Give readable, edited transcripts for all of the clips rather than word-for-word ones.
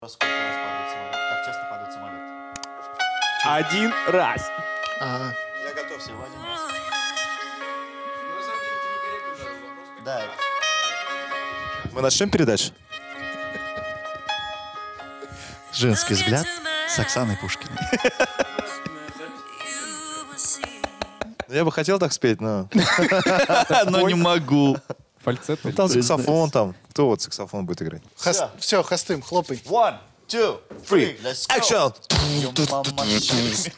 Сколько раз падает самолет? Как часто падает самолет? Один раз. Я готов всего один раз. На самом деле, это некорректно задал вопрос. Да. Мы начнем передачу? Женский взгляд с Оксаной Пушкиной. Я бы хотел так спеть, но... Но не могу. Фальцет. Ну, там саксофон, там. Кто вот саксофон будет играть? Все, Хостым, хлопай. 1, 2, 3, let's go. Action!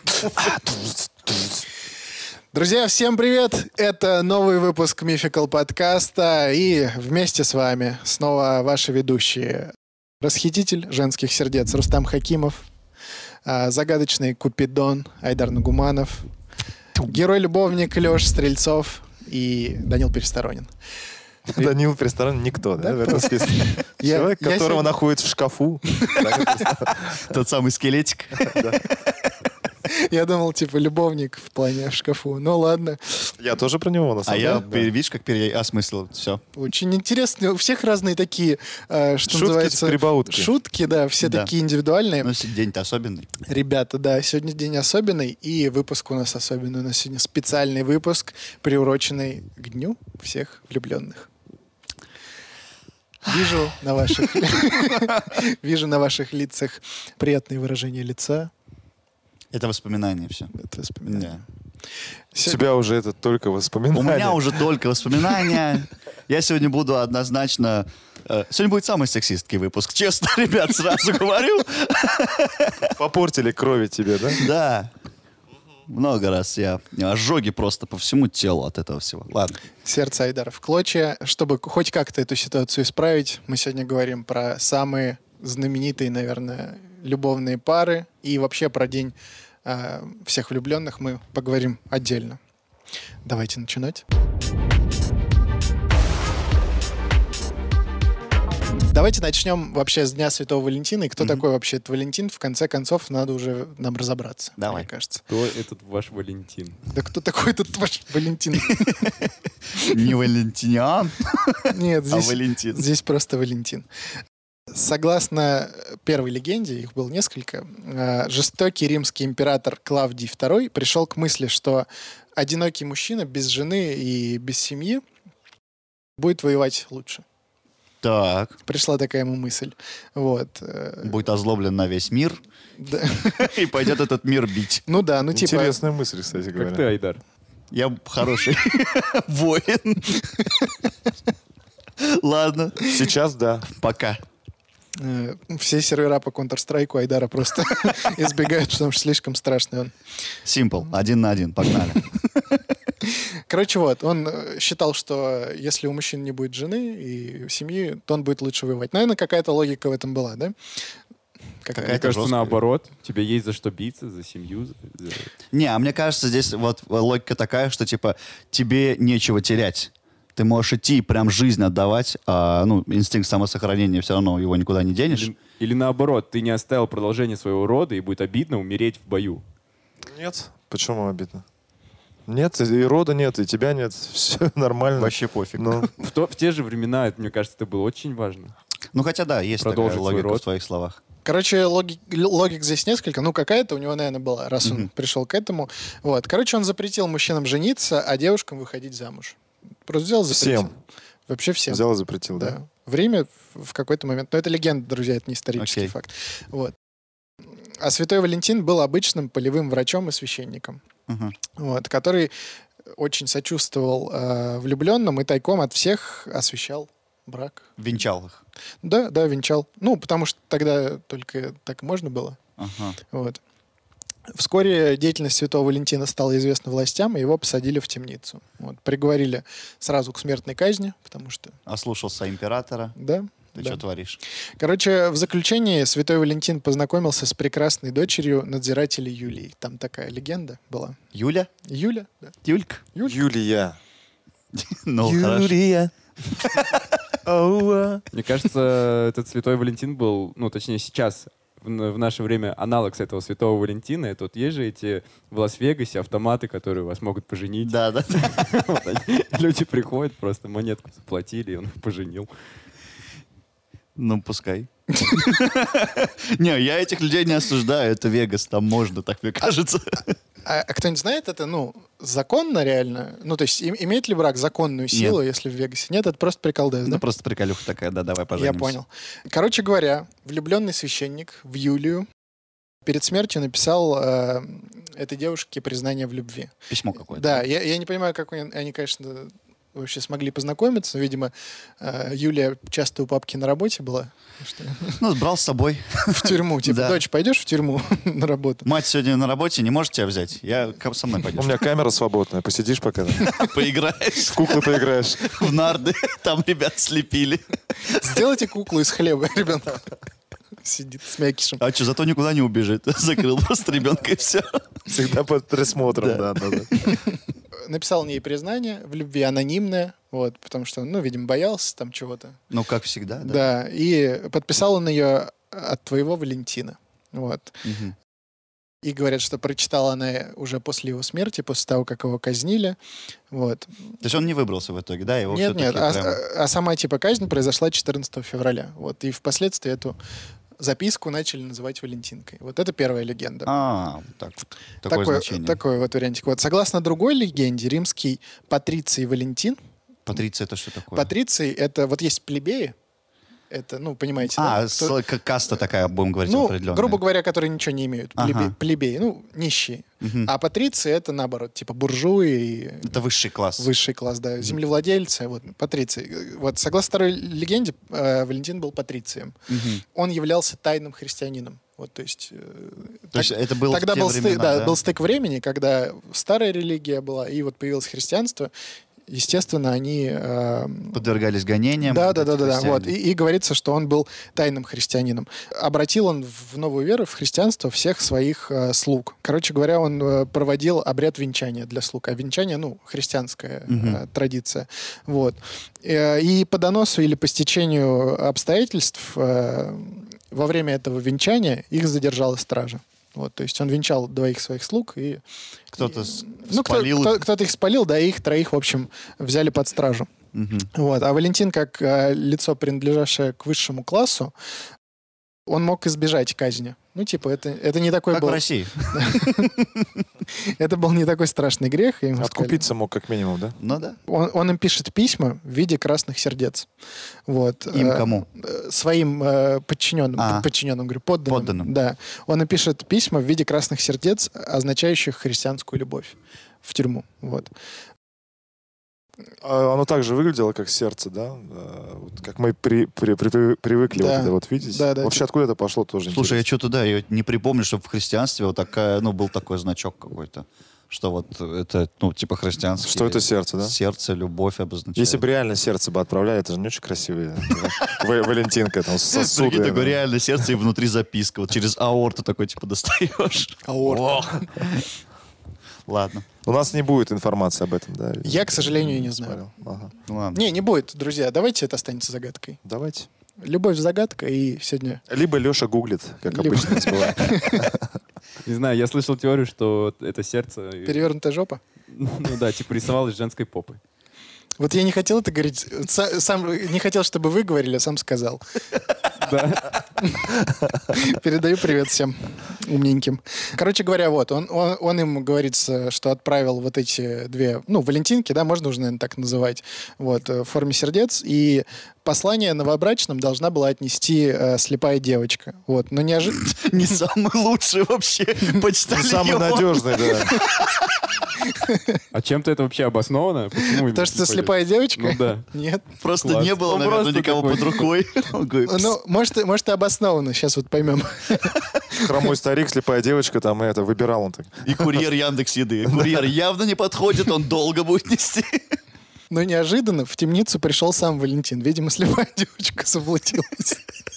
Друзья, всем привет! Это новый выпуск Мификал подкаста. И вместе с вами снова ваши ведущие. Расхититель женских сердец Рустам Хакимов, загадочный Купидон Айдар Нагуманов, герой-любовник Леша Стрельцов и Данил Пересторонин. Данил Пересторонин никто, да, в этом списке? Я- Человек, я которого сегодня- находят в шкафу. Тот самый скелетик. Я думал, типа, любовник в плане в шкафу. Ну ладно. Я тоже про него, на А самом я, деле. да. видишь, как переосмыслил все. Очень интересно. У всех разные такие, что Шутки, называется... прибаутки. Шутки, да, все Да. такие индивидуальные. Ну, день-то особенный. Ребята, да, сегодня день особенный, и выпуск у нас особенный. У нас сегодня специальный выпуск, приуроченный к Дню всех влюбленных. Вижу на ваших, вижу на ваших лицах приятные выражения лица. Это воспоминания все. Это воспоминания. У тебя уже это только У воспоминания. меня уже только воспоминания. Я сегодня буду однозначно... Сегодня будет самый сексистский выпуск. Честно, ребят, сразу говорю. Попортили крови тебе, да? Да. Много раз я... Ожоги просто по всему телу от этого всего. Ладно. Сердце Айдара в клочья. Чтобы хоть как-то эту ситуацию исправить, мы сегодня говорим про самые знаменитые, наверное, любовные пары. И вообще про день всех влюбленных мы поговорим отдельно. Давайте начинать. Давайте начнем вообще с Дня Святого Валентина. И кто такой вообще этот Валентин? В конце концов, надо уже нам разобраться, Давай. мне кажется. Кто этот ваш Валентин? Да кто такой этот ваш Валентин? Не Валентиниан, Нет, а здесь... Валентин. Здесь просто Валентин. Согласно первой легенде, их было несколько, жестокий римский император Клавдий II пришел к мысли, что одинокий мужчина без жены и без семьи будет воевать лучше. Так. Пришла такая ему мысль. Вот. Будет озлоблен на весь мир Да. и пойдет этот мир бить. Ну да, ну типа... Интересная мысль, кстати Как говоря. ты, Айдар? Я хороший воин. Ладно, Сейчас да. пока. Все сервера по Counter-Strike Айдара просто избегают, потому что слишком страшный он. Симпл. 1 на 1. Погнали. Короче, вот, он считал, что если у мужчин не будет жены и семьи, то он будет лучше воевать. Наверное, какая-то логика в этом была, да? Какая-то Мне кажется, жесткая. наоборот. Тебе есть за что биться, за семью. Не, а мне кажется, здесь вот логика такая, что типа тебе нечего терять. Ты можешь идти и прям жизнь отдавать, а инстинкт самосохранения все равно его никуда не денешь. Или наоборот, ты не оставил продолжение своего рода, и будет обидно умереть в бою. Нет. Почему обидно? Нет, и рода нет, и тебя нет. Все нормально. Вообще пофиг. Ну, В те же времена, мне кажется, это было очень важно. Ну хотя да, есть такая Продолжить свой логика род. в твоих словах. Короче, логик здесь несколько. Ну, какая-то у него, наверное, была, раз он пришел к этому. Вот. Короче, он запретил мужчинам жениться, а девушкам выходить замуж. Просто взял, запретил. всем. Вообще всем. Взял и запретил, да? Да. Время в какой-то момент. Но это легенда, друзья, это не исторический Окей. факт. Вот. А святой Валентин был обычным полевым врачом и священником, Мгм. вот, который очень сочувствовал влюбленным и тайком от всех освящал брак. Венчал их. Да, да, венчал. Ну, потому что тогда только так и можно было. Ага. Вот. Вскоре деятельность святого Валентина стала известна властям, и его посадили в темницу. Вот. Приговорили сразу к смертной казни, потому что... Ослушался императора. Да, Ты да. что творишь? Короче, в заключении святой Валентин познакомился с прекрасной дочерью надзирателя Юлии. Там такая легенда была. Юля? Юля? Да. Юлька? Юлия. Ну, хорошо. Юлия. Оуа. Мне кажется, этот святой Валентин был, точнее сейчас, в наше время аналог этого святого Валентина. И тут есть же эти в Лас-Вегасе автоматы, которые вас могут поженить. Да, да. Вот они- Люди приходят, просто монетку заплатили, и он их поженил. Ну, пускай. Не, я этих людей не осуждаю, это Вегас, там можно, так мне кажется. А кто-нибудь знает это, ну, законно реально? Ну, то есть имеет ли брак законную силу, если в Вегасе? Нет, это просто приколдес, Ну, да? просто приколюха такая, да, давай Я поженимся. понял. Короче говоря, влюбленный священник в Юлию перед смертью написал этой девушке признание в любви. Письмо какое-то. Да, я не понимаю, как они, конечно, вообще смогли познакомиться. Но, видимо, Юлия часто у папки на работе была. Что, Ну, брал с собой. в тюрьму. Типа, Да. дочь, пойдешь в тюрьму на работу? Мать сегодня на работе, не может тебя взять? Со мной У пойдешь. меня камера свободная, посидишь пока, Поиграешь в куклы поиграешь. в нарды. Там ребят слепили. Сделайте куклу из хлеба, ребенок. Сидит с мякишем. А что, зато никуда не убежит. Закрыл просто ребенка и все. Всегда под присмотром, да. Написал ей признание в любви анонимное, вот, потому что, ну, видимо, боялся там чего-то. Ну, как всегда, да. Да, и подписал он ее от твоего Валентина. Вот. Мгм. И говорят, что прочитала она уже после его смерти, после того, как его казнили. Вот. То есть он не выбрался в итоге, да? Его Нет, всё-таки нет, прям- а сама типа казнь произошла 14 февраля. Вот. И впоследствии эту записку начали называть Валентинкой. Вот это первая легенда. вот так вот. Такое значение. такой вот вариантик. Вот. Согласно другой легенде, римский патриций Валентин. Патриция это что такое? Патриций — это вот есть плебеи. Это, ну, понимаете, да? Как каста такая, будем говорить, Ну, определенная. грубо говоря, которые ничего не имеют. Ага. Плебеи, ну, нищие. Мгм. А патриции — это, наоборот, типа буржуи и Это высший класс. высший класс, да. Землевладельцы, вот, патриции. Вот, согласно второй легенде, Валентин был патрицием. Мгм. Он являлся тайным христианином. Вот, то есть... То есть это было Тогда в те был, времена, да? был стык времени, когда старая религия была, и вот появилось христианство. Естественно, они... Подвергались гонениям. Да, эти христиане. вот. И говорится, что он был тайным христианином. Обратил он в новую веру, в христианство, всех своих слуг. Короче говоря, он проводил обряд венчания для слуг. А венчание, ну, христианская традиция. Вот. И по доносу или по стечению обстоятельств во время этого венчания их задержала стража. Вот, то есть он венчал двоих своих слуг, и Кто-то ну, спалил. кто-то их спалил, да, и их троих, в общем, взяли под стражу. Мгм. Вот. А Валентин, как лицо, принадлежащее к высшему классу, он мог избежать казни. Ну, типа, это не такой Как был... в России. Это был не такой страшный грех. и ему сказали. Откупиться мог как минимум, да? Ну да. Он им пишет письма в виде красных сердец. Вот. Им кому? Своим подчиненным. Подчиненным, говорю, подданным. Подданным. Да. Он им пишет письма в виде красных сердец, означающих христианскую любовь в тюрьму. Вот. А оно также выглядело как сердце, да? Вот как мы привыкли Да. вот это вот видеть. Да, да, Вообще откуда это пошло тоже Слушай, я интересно. что-то, да, я не припомню, что в христианстве вот такая, ну, был такой значок какой-то. Что вот это, ну, типа христианский. Что это сердце, да? Сердце, любовь обозначает. Если бы реально сердце бы отправляли, это же не очень красивые. Валентинка, там, Прикинь, сосуды. такое реально сердце и внутри записка. Вот через аорту такой, типа, достаешь. Аорта. Ладно. У нас не будет информации об этом, да? Я, к сожалению, не знаю. Смотрел. Ага. Ну, ладно. Не будет, друзья. Давайте это останется загадкой. Давайте. Любовь загадка, и сегодня... Либо Леша гуглит, как Либо- обычно у нас бывает. Не знаю, я слышал теорию, что это сердце... Перевернутая жопа. Ну да, типа рисовалось женской попой. Вот я не хотел это говорить. Сам не хотел, чтобы вы говорили, а сам сказал. Да. Передаю привет всем умненьким. Короче говоря, вот, он им говорит, что отправил вот эти две, ну, валентинки, да, можно уже, наверное, так называть, вот, в форме сердец, и послание новобрачным должна была отнести слепая девочка. Вот, но неожиданно... Не самый лучший вообще почтальон. Самый надежный, да. А чем-то это вообще обосновано? Почему? То, что слепая девочка? Ну да. Нет. Просто Класс. не было, Он наверное, просто никого такой. под рукой. Он говорит, «Пс». Ну, может, и обоснованно, сейчас вот поймем. Хромой старик, слепая девочка, там это, выбирал он так. И курьер Яндекс Еды. Курьер явно не подходит, он долго будет нести. Но неожиданно в темницу пришел сам Валентин. Видимо, слепая девочка заблудилась.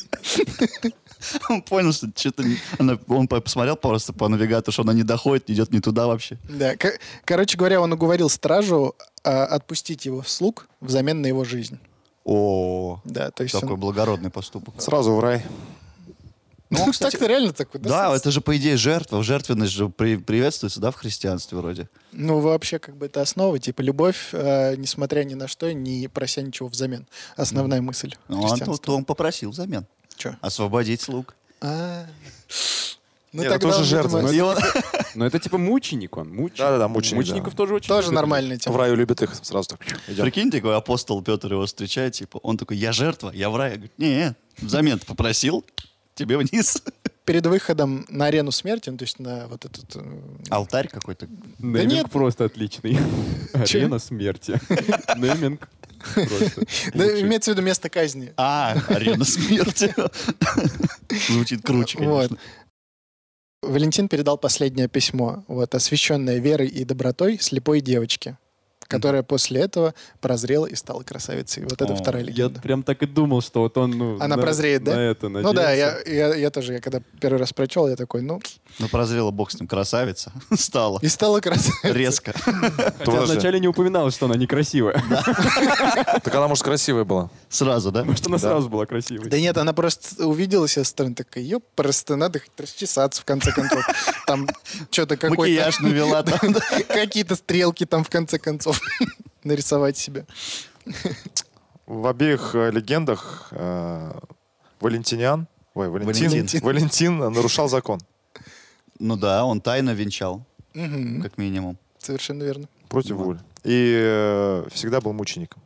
Он понял, что что-то... Он посмотрел просто по навигатору, что она не доходит, идет не туда вообще. Да, короче говоря, он уговорил стражу отпустить его слуг взамен на его жизнь. О, Да, то есть такой он... благородный поступок. Сразу в рай. Ну, кстати, Так-то реально такой, да, это же, по идее, жертва. Жертвенность же приветствуется, да, в христианстве вроде. Ну, вообще, как бы это основа, типа, любовь, несмотря ни на что, не прося ничего взамен. Основная мысль Ну, христианства. то он попросил взамен. Че? Освободить слуг. Ну, Нет, тогда это тоже он, жертва. видимо, И он- Но это типа мученик он. Да-да-да, мученик, Мучеников да. тоже очень Тоже любят. нормальная В тема. раю любят их сразу так. Идем. Прикинь, такой апостол Петр его встречает, типа, он такой, я жертва, я в рай. Я говорю, нет, взамен попросил, тебе вниз. Перед выходом на арену смерти, ну, то есть на вот этот... Алтарь какой-то. Нейминг нет. просто отличный. Арена смерти. Нейминг просто. Да, лучший. имеется в виду место казни. Арена смерти. Звучит круче, Вот. конечно. Валентин передал последнее письмо, вот, освященное верой и добротой слепой девочке, которая после этого прозрела и стала красавицей. Вот это О, вторая Я легенда. прям так и думал, что вот он, ну... Она прозреет, да? На это Ну да, надеется. я тоже, я когда первый раз прочел, я такой, ну, Ну, прозрела бог с ним, красавица. Стала. и стала красавицей. Резко. Хотя Подожди. вначале не упоминалось, что она некрасивая. Так она, может, красивая была. Сразу, да? Может, она Да. сразу была красивой. Да нет, она просто увидела себя со стороны, такая, ёп, просто надо хоть расчесаться в конце концов. Там что-то какой-то... Макияж навела там. Какие-то стрелки там в конце концов нарисовать себе. В обеих легендах Валентин Валентин. нарушал закон. Ну да, он тайно венчал, Мгм. как минимум. Совершенно верно. Против Вот. воли. И всегда был мучеником.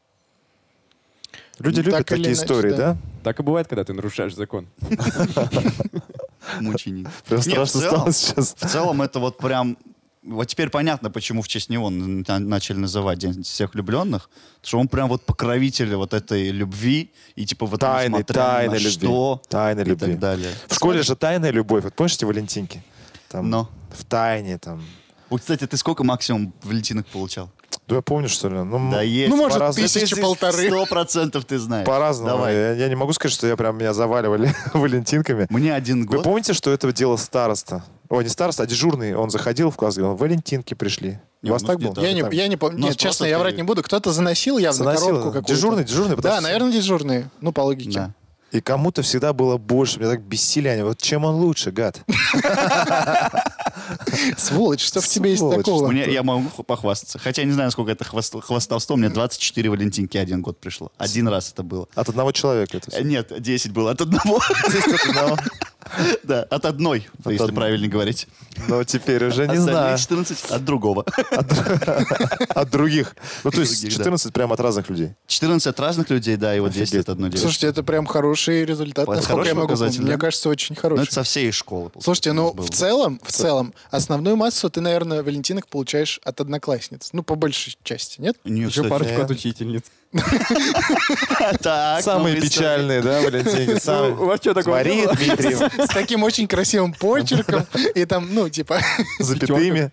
Люди Ну, любят так или такие иначе, истории, да. да? Так и бывает, когда ты нарушаешь закон. Мученик. Прям Нет, страшно в целом- стало сейчас. В целом это вот прям... Вот теперь понятно, почему в честь него начали называть День всех влюбленных. Потому что он прям вот покровитель вот этой любви. И типа вот Тайной несмотря ни на любви. что Тайной и любви. так далее. В школе же тайная любовь. Вот помнишь эти Валентинки? Там, Но. в тайне там. Вот, кстати, ты сколько максимум валентинок получал? Да я помню, что ли? Ну, Да есть. Ну, может, по-разному. 1000-1,5. 100% ты знаешь. По-разному. Давай. Я не могу сказать, что меня заваливали валентинками. Мне 1 Вы год. помните, что это делал староста? Ой, не староста, а дежурный. Он заходил в класс и говорил, Валентинки пришли. Не, У вас у так нас было? где-то. Я не помню. Ну, Нет, просто честно, я ты- врать не буду. Кто-то заносил явно Заносил. коробку какую-то. Дежурный. Да, наверное, дежурные. Ну, по логике. Да. И кому-то всегда было больше. Меня так бесили они. Вот чем он лучше, гад? Сволочь, что в тебе есть Сволочь. такого? Я могу похвастаться. Хотя я не знаю, сколько это хвастовство. Мне 24 валентинки 1 год пришло. 1 раз это было. От одного человека это всё. Нет, 10 было от одного. 10 от одного. Да, от одной, если одной. правильно говорить. Но теперь уже не Остальные знаю. 14 от другого. От других. Ну, то есть Других, да. 14 прямо от разных людей. 14 от разных людей, да, и вот 10 Офигеть. от одной девушки. Слушайте, это прям хороший результат. Это Насколько я хороший могу показатель, помнить. да? Мне кажется, очень Ну, хороший. это со всей школы. Слушайте, ну, было. в целом, основную массу ты, наверное, валентинок получаешь от одноклассниц. Ну, по большей части, нет? Нет, Еще кстати. парочку от учительниц. Так, Самые новые истории. печальные, да, Валентинки? Ну, у Самые. вас что такое Мария было? Дмитриевна. С таким очень красивым почерком. И там, ну, типа... Запятыми.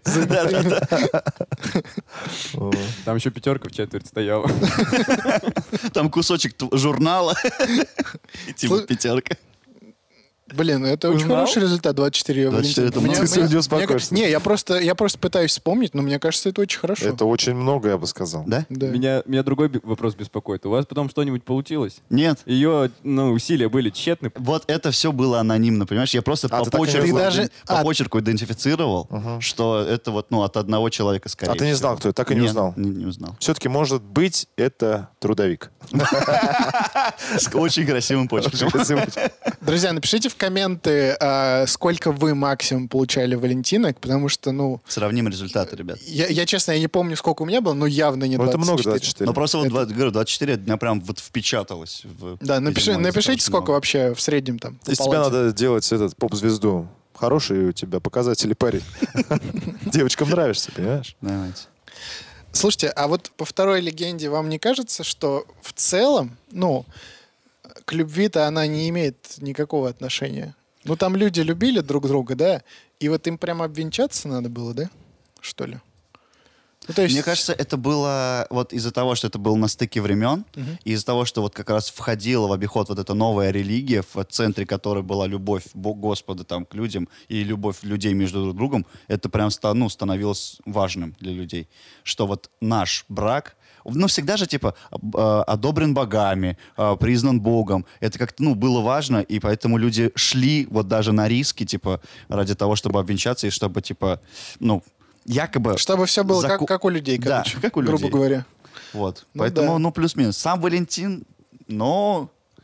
Там еще пятерка в четверть стояла. Там кусочек журнала. И типа Слу- 5. Блин, ну это очень Узнал? хороший результат, 24 24 это Мне- много. мне- Ты сегодня мне успокоишься. кажется- Не, я просто пытаюсь вспомнить, но мне кажется, это очень хорошо. Это очень много, я бы сказал. Да? Да. Меня другой вопрос беспокоит. У вас потом что-нибудь получилось? Нет. Ее усилия были тщетны. Вот это все было анонимно, понимаешь? Я просто по ты так и не почерку, знал? Ты даже- по почерку идентифицировал, что это вот, ну, от одного человека скорее А ты не всего. знал, кто это? Так и не Нет, узнал? Не узнал. Все-таки, может быть, это трудовик. С очень красивым почерком. Друзья, напишите в комменты, сколько вы максимум получали валентинок, потому что, ну, Сравним результаты, ребят. я честно, я не помню, сколько у меня было, но явно не Ну, это 24. много, 24. Но просто вот, говорю, 24 дня прям вот впечаталось. Да, напишите, очень сколько много. вообще в среднем там. по Из тебя палате. надо делать этот поп-звезду. Хороший у тебя показатели, парень. Девочкам нравишься, понимаешь? Давайте. Слушайте, а вот по второй легенде вам не кажется, что в целом, ну, к любви-то она не имеет никакого отношения? Ну, там люди любили друг друга, да? И вот им прямо обвенчаться надо было, да? Что ли? Ну, то есть... Мне кажется, это было вот из-за того, что это было на стыке времен, и из-за того, что вот как раз входила в обиход вот эта новая религия, в центре которой была любовь Господа там к людям и любовь людей между друг другом, это прям становилось важным для людей. Что вот наш брак, ну, всегда же, типа, одобрен богами, признан Богом. Это как-то, ну, было важно, и поэтому люди шли вот даже на риски, типа, ради того, чтобы обвенчаться, и чтобы, типа, ну, якобы... Чтобы все было как у людей, Да, короче, как у грубо людей. говоря. Вот. Ну Поэтому, да. ну, плюс-минус. Сам Валентин, но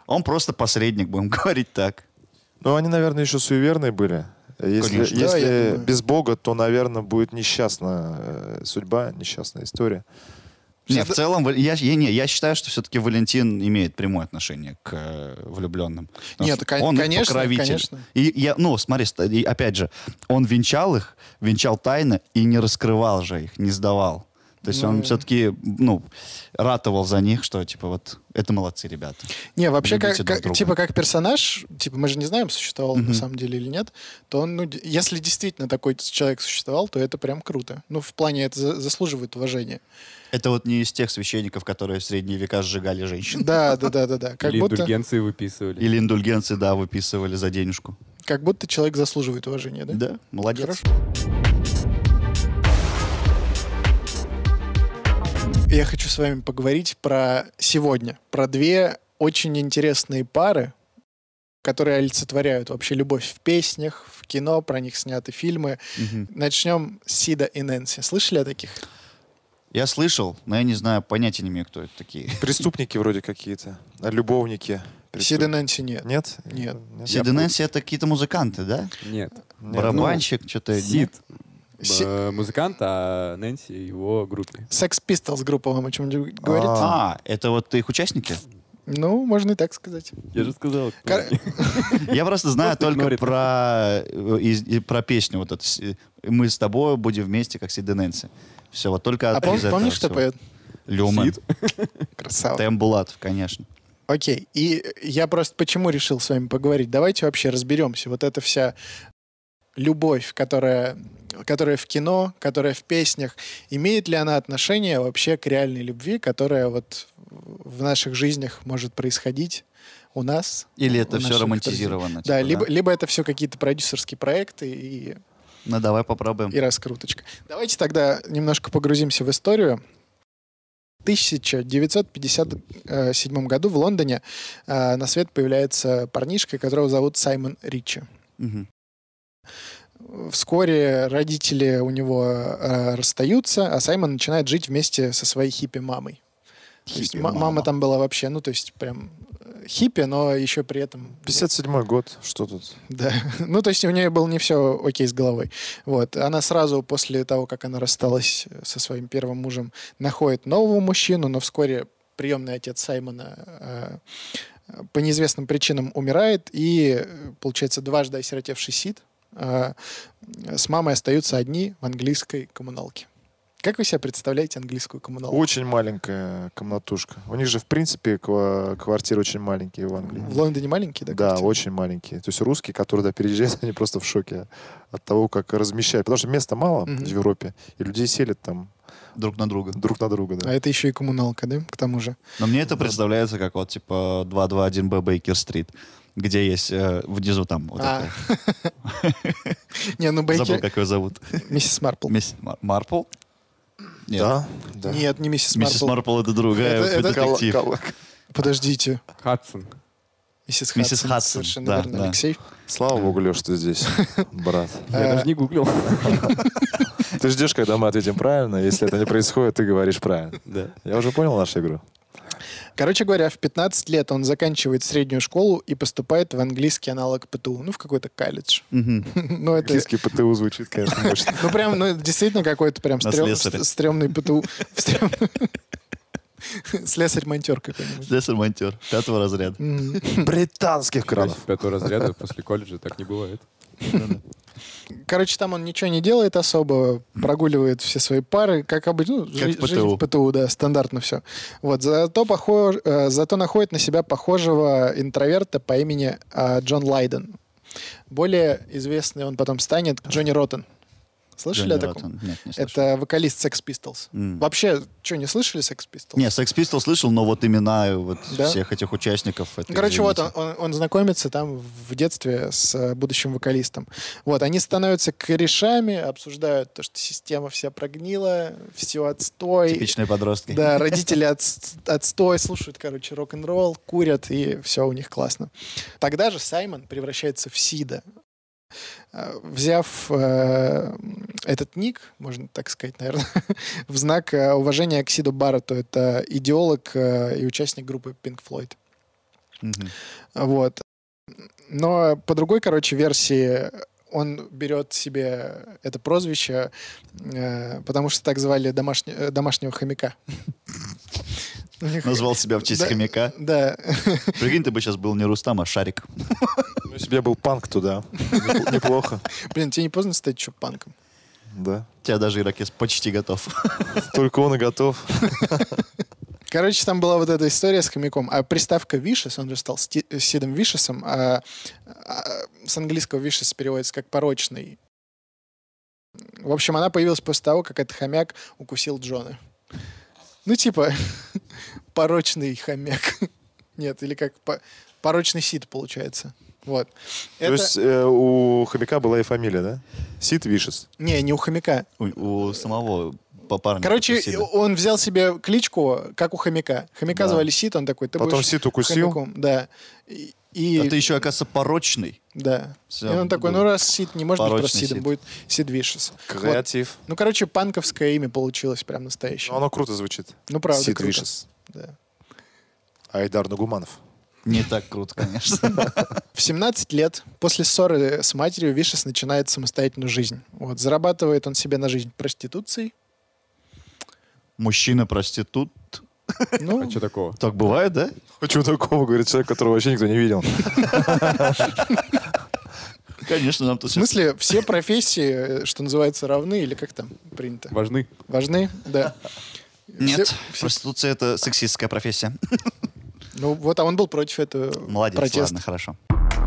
Он просто посредник, будем говорить так. Ну, они, наверное, еще суеверные были. Если, Конечно. Да, я если думаю. без Бога, то, наверное, будет несчастная судьба, несчастная история. Не, в целом, я считаю, что все-таки Валентин имеет прямое отношение к влюбленным. Потому Нет, что он их конечно, покровитель. конечно. И смотри, и опять же, он венчал тайно и не раскрывал же их, не сдавал. То есть он все-таки, ратовал за них, что, типа, вот, это молодцы ребята. Не, вообще, Любите друг друга. типа, как персонаж, типа, мы же не знаем, существовал он на самом деле или нет, то он, если действительно такой человек существовал, то это прям круто. Ну, в плане это заслуживает уважения. Это вот не из тех священников, которые в средние века сжигали женщин. Да. Как Или будто, индульгенции выписывали. Или индульгенции, да, выписывали за денежку. как будто человек заслуживает уважения, да? Да, молодец. Хорошо. Я хочу с вами поговорить про сегодня, про две очень интересные пары, которые олицетворяют вообще любовь в песнях, в кино, про них сняты фильмы. Мгм. Начнем с Сида и Нэнси. Слышали о таких? Я слышал, но я не знаю, понятия не имею, кто это такие. Преступники вроде какие-то, любовники. Сид и Нэнси нет. Нет? Нет. Сид и Нэнси — это какие-то музыканты, да? Нет. Барабанщик, что-то... Сид. Си- Музыкант, а Нэнси его группе. Sex Pistols группа вам о чем-нибудь говорит? Это вот их участники? Ну, можно и так сказать. Я же сказал. Кор- Я просто знаю Просто только игнорит. про песню вот эту. Мы с тобой будем вместе, как Сид и Нэнси. Все, вот только А из этого помнишь, кто всего. поет? Люмен. Сид? Красава. Тем Булатов, конечно. Окей. И я просто почему решил с вами поговорить. Давайте вообще разберемся. Вот эта вся любовь, которая в кино, которая в песнях, имеет ли она отношение вообще к реальной любви, которая вот в наших жизнях может происходить у нас? Или у это все наших романтизировано? Да, типа, либо это все какие-то продюсерские проекты и Ну, давай попробуем. раскруточка. Давайте тогда немножко погрузимся в историю. В 1957 году в Лондоне на свет появляется парнишка, которого зовут Саймон Ричи. Мгм. Вскоре родители у него расстаются, а Саймон начинает жить вместе со своей хиппи-мамой. То есть Хиппи-мама. мама там была вообще, ну, то есть прям хиппи, но еще при этом... 57-й год, что тут? Да. Ну, то есть у нее было не все окей с головой. Вот. Она сразу после того, как она рассталась со своим первым мужем, находит нового мужчину, но вскоре приемный отец Саймона по неизвестным причинам умирает, и, получается, дважды осиротевший Сид с мамой остаются одни в английской коммуналке. Как вы себе представляете английскую коммуналку? Очень маленькая комнатушка. У них же, в принципе, квартиры очень маленькие в Англии. В Лондоне маленькие, да? Да, квартиры? очень маленькие. То есть русские, которые туда переезжают, они просто в шоке от того, как размещают. Потому что места мало Мгм. в Европе, и людей селят там Друг на друга. друг на друга. А Да. это еще и коммуналка, да? К тому же. Но мне это представляется как вот типа 221Б Бейкер-стрит, где есть внизу там вот А. это. Не, ну Забыл, Бейкер... как ее зовут. Миссис Марпл. Миссис Марпл? Нет. Да, да. Нет, не миссис Миссис Марпл. Марпл — это другая, Это детектив. Подождите. Хадсон. Миссис Миссис Хадсон. Хадсон, Совершенно да, верно, да. Алексей. Слава богу, Леш, ты здесь, брат. Я даже не гуглил. Ты ждешь, когда мы ответим правильно. Если это не происходит, ты говоришь правильно. Да. Я уже понял нашу игру. Короче говоря, в 15 лет он заканчивает среднюю школу и поступает в английский аналог ПТУ. Ну, в какой-то колледж. Мгм. Ну, это... Английский ПТУ звучит, конечно, мощно. Ну, прям, ну, действительно какой-то прям На слесаря. стрёмный ПТУ. Слесарь-монтер какой-нибудь. Слесарь-монтер 5-го разряда. Мгм. Британских кранов. Пятого разряда после колледжа так не бывает. Короче, там он ничего не делает особо, прогуливает все свои пары, как обычно, ну, Как в жизнь ПТУ. в ПТУ, да, стандартно все. Вот, зато находит на себя похожего интроверта по имени Джон Лайден. Более известный он потом станет Джонни Роттен. Слышали о Джонни таком? Роттен. Нет, не слышал. Это вокалист Sex Pistols. М. Вообще, что, не слышали Sex Pistols? Не, Sex Pistols слышал, но вот имена вот Да? всех этих участников. это, Короче, вот извините. он знакомится там в детстве с будущим вокалистом. Вот, они становятся корешами, обсуждают то, что система вся прогнила, все отстой. Типичные подростки. Да, родители отстой, слушают, короче, рок-н-ролл, курят, и все у них классно. Тогда же Саймон превращается в Сида. Взяв этот ник, можно так сказать, наверное, в знак уважения к Сиду Барретту, это идеолог и участник группы Pink Floyd. Мгм. Вот. Но по другой, короче, версии он берет себе это прозвище, потому что так звали домашнего хомяка. У них- Назвал себя в честь Да. хомяка. Да. Прикинь, ты бы сейчас был не Рустам, а Шарик. Ну, если бы я был панк, то да. Неплохо. Блин, тебе не поздно стать еще панком? Да. У тебя даже Иракес почти готов. Только он и готов. Короче, там была вот эта история с хомяком. А приставка Vicious, он же стал Сидом Вишесом, с английского Vicious переводится как порочный. В общем, она появилась после того, как этот хомяк укусил Джона. Ну, типа, порочный хомяк. Нет, или как порочный Сид, получается. Вот. То есть у хомяка была и фамилия, да? Сид Вишес. Не у хомяка. У самого парня. Короче, Сида. он взял себе кличку, как у хомяка. Хомяка Да. звали Сид, он такой, ты Потом будешь Сид укусил. хомяком. Да. И, А ты еще, оказывается, порочный. Да. Всё, И он такой, ну раз Сид не может быть просто порочный Сидом, Сид. будет Сид Вишес. Вот. Креатив. Ну, короче, панковское имя получилось прям настоящее. Ну, оно круто звучит. Ну, правда, Сид круто. Вишес. Да. Айдар Нугуманов. Не так круто, конечно. В 17 лет после ссоры с матерью Вишес начинает самостоятельную жизнь. Вот. Зарабатывает он себе на жизнь проституцией. Мужчина-проститут. Ну, А что такого? Так бывает, да? Почему такого, говорит человек, которого вообще никто не видел? Конечно, нам тут в смысле, все профессии, что называется, равны или как там принято? Важны. Важны? Да. Нет, Все- проституция — это сексистская профессия. Ну вот, а он был против этого Молодец, протеста. ладно, хорошо.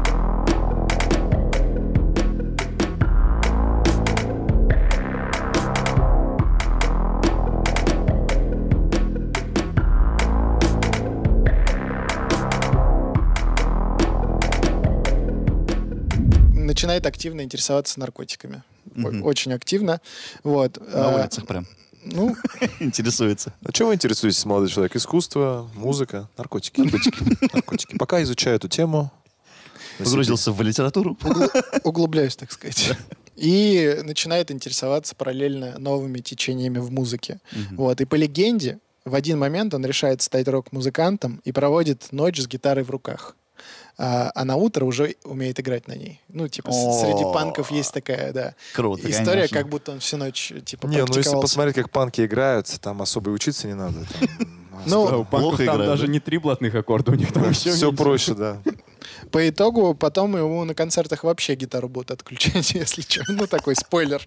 Начинает активно интересоваться наркотиками. Мгм. Очень активно. Вот. На улицах прям Ну, интересуется. А чем вы интересуетесь, молодой человек? Искусство, музыка, наркотики? Наркотики. Пока изучаю эту тему. Погрузился в литературу. углубляюсь, так сказать. И начинает интересоваться параллельно новыми течениями в музыке. Вот. И по легенде, в один момент он решает стать рок-музыкантом и проводит ночь с гитарой в руках. А на утро уже умеет играть на ней. Ну, типа, среди панков есть такая, да, Круто, история, конечно. как будто он всю ночь, типа, Не, ну если практиковался. посмотреть, как панки играют, там особо и учиться не надо. Ну, Да, у панков плохо там играют, даже да? не 3 блатных аккорда, у них там еще все меньше. проще, да. по итогу потом ему на концертах вообще гитару будут отключать, если что. Ну, такой спойлер.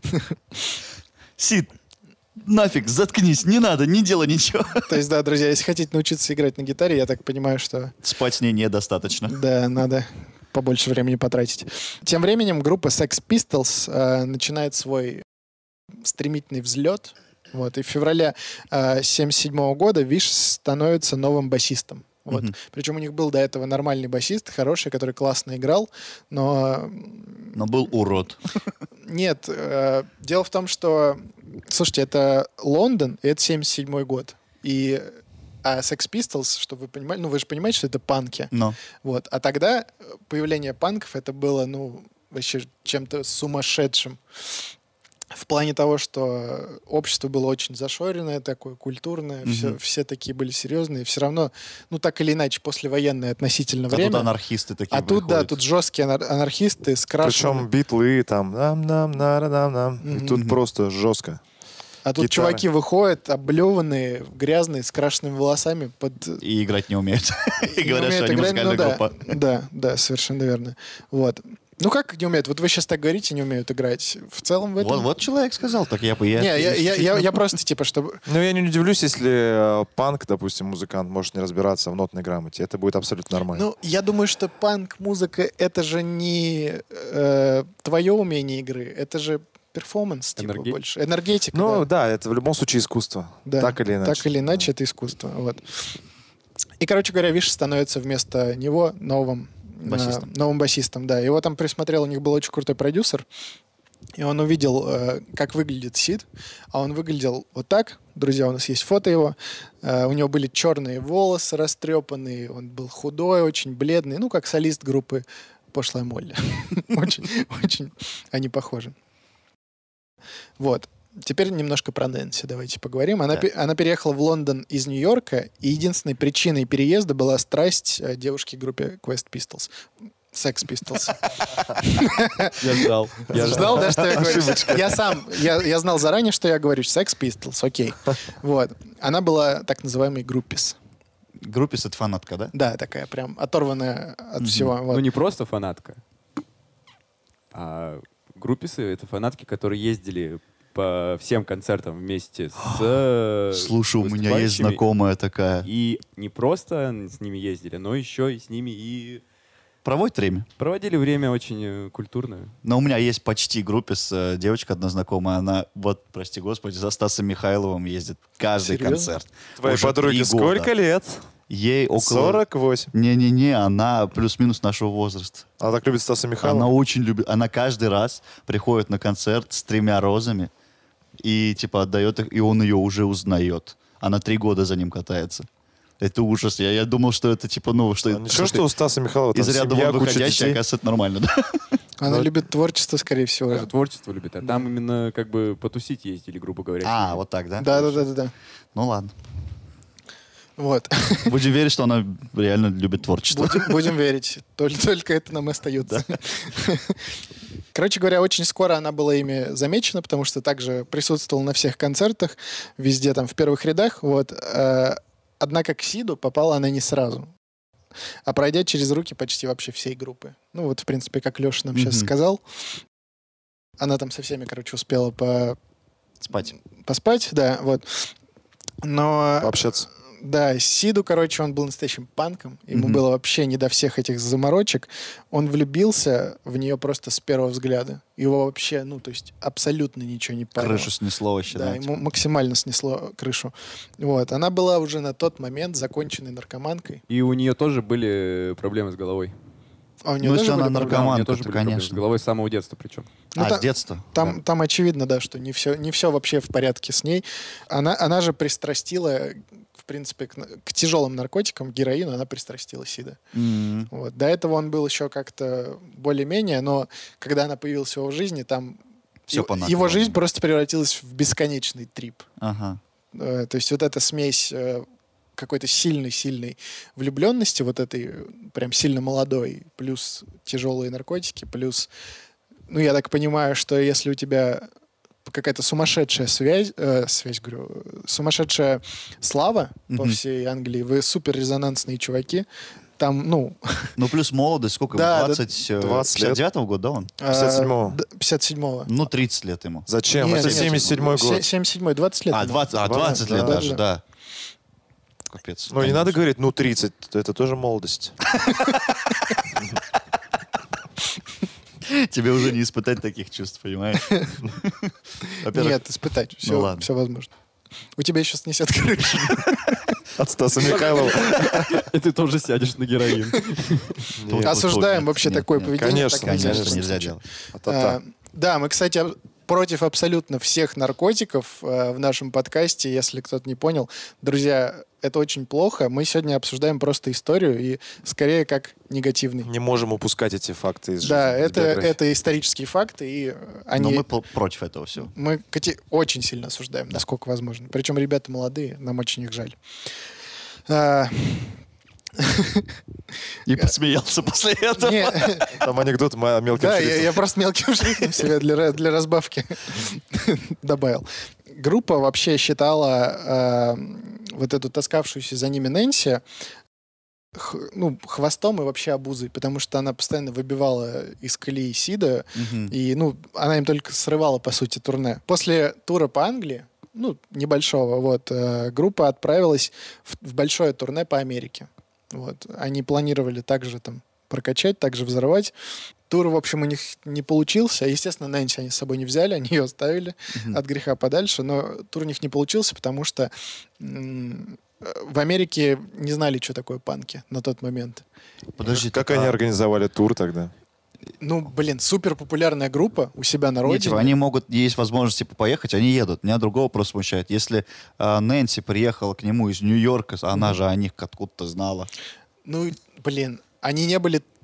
Сид, нафиг, заткнись, не надо, не делай ничего. То есть, да, друзья, если хотите научиться играть на гитаре, я так понимаю, что, Спать с ней недостаточно. да, надо побольше времени потратить. Тем временем группа Sex Pistols начинает свой стремительный взлет. Вот, и в феврале 1977 года Виш становится новым басистом. Вот. Мгм. Причем у них был до этого нормальный басист, хороший, который классно играл, но Но был урод. нет, дело в том, что, слушайте, это Лондон, и это 77 год. А Sex Pistols, чтобы вы понимали, ну вы же понимаете, что это панки. Но Вот. А тогда появление панков это было, ну, вообще чем-то сумасшедшим. В плане того, что общество было очень зашоренное, такое культурное, все такие были серьезные. Все равно, ну так или иначе, послевоенное относительно а тут время. анархисты такие А тут, да, выходят. тут жесткие анархисты с Причем крашеными. битлы там нам. И тут просто жестко. А тут гитары. чуваки выходят, облеванные, грязные, с крашенными волосами под... И играть не умеют. И не говорят, что умеют они играть, музыкальная ну группа. Да, совершенно верно. Вот. Ну как не умеют? Вот вы сейчас так говорите, не умеют играть. В целом в этом... Вот человек сказал, так я бы... Не, я просто типа, чтобы... Ну, я не удивлюсь, если панк, допустим, музыкант может не разбираться в нотной грамоте. Это будет абсолютно нормально. Ну, я думаю, что панк-музыка — это же не твое умение игры, это же перформанс, типа, больше. Энергетика, Ну, да. да, это в любом случае искусство. Да, Так или иначе. Так или иначе, это искусство. Вот. И, короче говоря, Виш становится вместо него новым Басистом. новым басистом, да. Его там присмотрел, у них был очень крутой продюсер, и он увидел, как выглядит Сид, а он выглядел вот так. Друзья, у нас есть фото его. У него были черные волосы растрепанные, он был худой, очень бледный, ну, как солист группы «Пошлая Молли». Очень они похожи. Вот. Теперь немножко про Нэнси давайте поговорим. Она, Да. она переехала в Лондон из Нью-Йорка, и единственной причиной переезда была страсть девушки в группе Quest Pistols. Sex Pistols. Я ждал. Ждал, да, что я говорю? Я знал заранее, что я говорю. Sex Pistols, окей. Вот. Она была так называемой группис. Группис — это фанатка, да? Да, такая прям оторванная от всего. Вот. Ну, не просто фанатка, а групписы — это фанатки, которые ездили по всем концертам вместе с Слушай, у меня есть выступающими. знакомая такая. И не просто с ними ездили, но еще и с ними и Проводит время. проводили время очень культурно. Но у меня есть почти группис, девочка одна знакомая, она, вот, прости господи, за Стасом Михайловым ездит каждый Серьезно? концерт. Твоей Уже подруге 3 года. сколько лет? Ей около... 48. Не-не-не, она плюс-минус нашего возраста. Она так любит Стаса Она Михайлова. очень любит, она каждый раз приходит на концерт с 3 розами и типа отдает их, и он ее уже узнает. Она 3 года за ним катается. Это ужас. Я думал, что это типа, ну, что... А ничего, что у Стаса Михайлова там из ряда семья, вон куча выходящая, детей. оказывается, это нормально, да? Она любит творчество, скорее всего. Даже творчество любит. А там именно как бы потусить ездили, грубо говоря. А, вот так, да? Да. Ну ладно. Вот. Будем верить, что она реально любит творчество. Будем верить. Только это нам и остается. Короче говоря, очень скоро она была ими замечена, потому что также присутствовала на всех концертах, везде там в первых рядах. Вот. Однако к Сиду попала она не сразу, а пройдя через руки почти вообще всей группы. Ну вот, в принципе, как Леша нам сейчас сказал. Она там со всеми, короче, успела Спать. поспать, да, вот. Но... Пообщаться. Да, Сиду, короче, он был настоящим панком. Ему было вообще не до всех этих заморочек. Он влюбился в нее просто с первого взгляда. Его вообще, ну, то есть абсолютно ничего не парило. Крышу снесло вообще, Да, да? ему максимально снесло крышу. Вот. Она была уже на тот момент законченной наркоманкой. И у нее тоже были проблемы с головой. А у нее Ну, тоже если она были проблемы? Да, у наркоманка, нее тоже то, были проблемы с конечно. головой с самого детства причем. Ну, С детства? Там очевидно, да, что не все вообще в порядке с ней. Она же пристрастила, в принципе, к тяжелым наркотикам, к героину, она пристрастила Сида. М. Вот. До этого он был еще как-то более-менее, но когда она появилась в его жизни, там Всё его по-накатанному. жизнь просто превратилась в бесконечный трип. Ага. То есть вот эта смесь какой-то сильной влюбленности, вот этой прям сильно молодой, плюс тяжелые наркотики, плюс, ну, я так понимаю, что если у тебя какая-то сумасшедшая говорю, сумасшедшая слава по Мгм. всей Англии, вы супер резонансные чуваки, там, ну... Ну, плюс молодость, сколько Да, ему? да. 20, 20 лет. 59-го года, да, он? 57-го. 57-го. Ну, 30 лет ему. Зачем? Нет, Это нет, 77-й год. 77-й, 20 лет. А, ему. 20 лет да, даже, да. да. Капец. Ну, не надо говорить, ну, 30. Это тоже молодость. Тебе уже не испытать таких чувств, понимаешь? Во-первых, Нет, испытать. ну ладно. Все возможно. У тебя еще снесет крышу. От Стаса Михайлова. И ты тоже сядешь на героин. Нет. Осуждаем Нет, вообще нет, такое нет. поведение. Конечно, так нельзя. Конечно, Конечно, нельзя делать. Да, мы, кстати, против абсолютно всех наркотиков в нашем подкасте, если кто-то не понял. Друзья, это очень плохо. Мы сегодня обсуждаем просто историю и скорее как негативный. Не можем упускать эти факты из жизни. Да, из биографии. это исторические факты, и Но они... мы против этого всего. Мы очень сильно осуждаем, насколько возможно. Причем ребята молодые, нам очень их жаль. А, И посмеялся после этого. не, Там анекдот мелким Да, шрифтом. я просто мелким шрифтом себе для разбавки добавил. Группа вообще считала вот эту таскавшуюся за ними Нэнси хвостом и вообще обузой, потому что она постоянно выбивала из колеи Сида, Мгм. и, она им только срывала, по сути, турне. После тура по Англии, небольшого, вот, группа отправилась в большое турне по Америке. Вот. Они планировали также там прокачать, также взорвать. Тур, в общем, у них не получился. Естественно, Нэнси они с собой не взяли, они ее оставили от греха подальше, но тур у них не получился, потому что в Америке не знали, что такое панки на тот момент. Подожди, Как так, они а- организовали тур тогда? Супер популярная группа у себя на Не, родине. типа, они могут, есть возможность типа, поехать, они едут. Меня другого просто смущает. Если Нэнси приехала к нему из Нью-Йорка, она же о них откуда-то знала. Они не были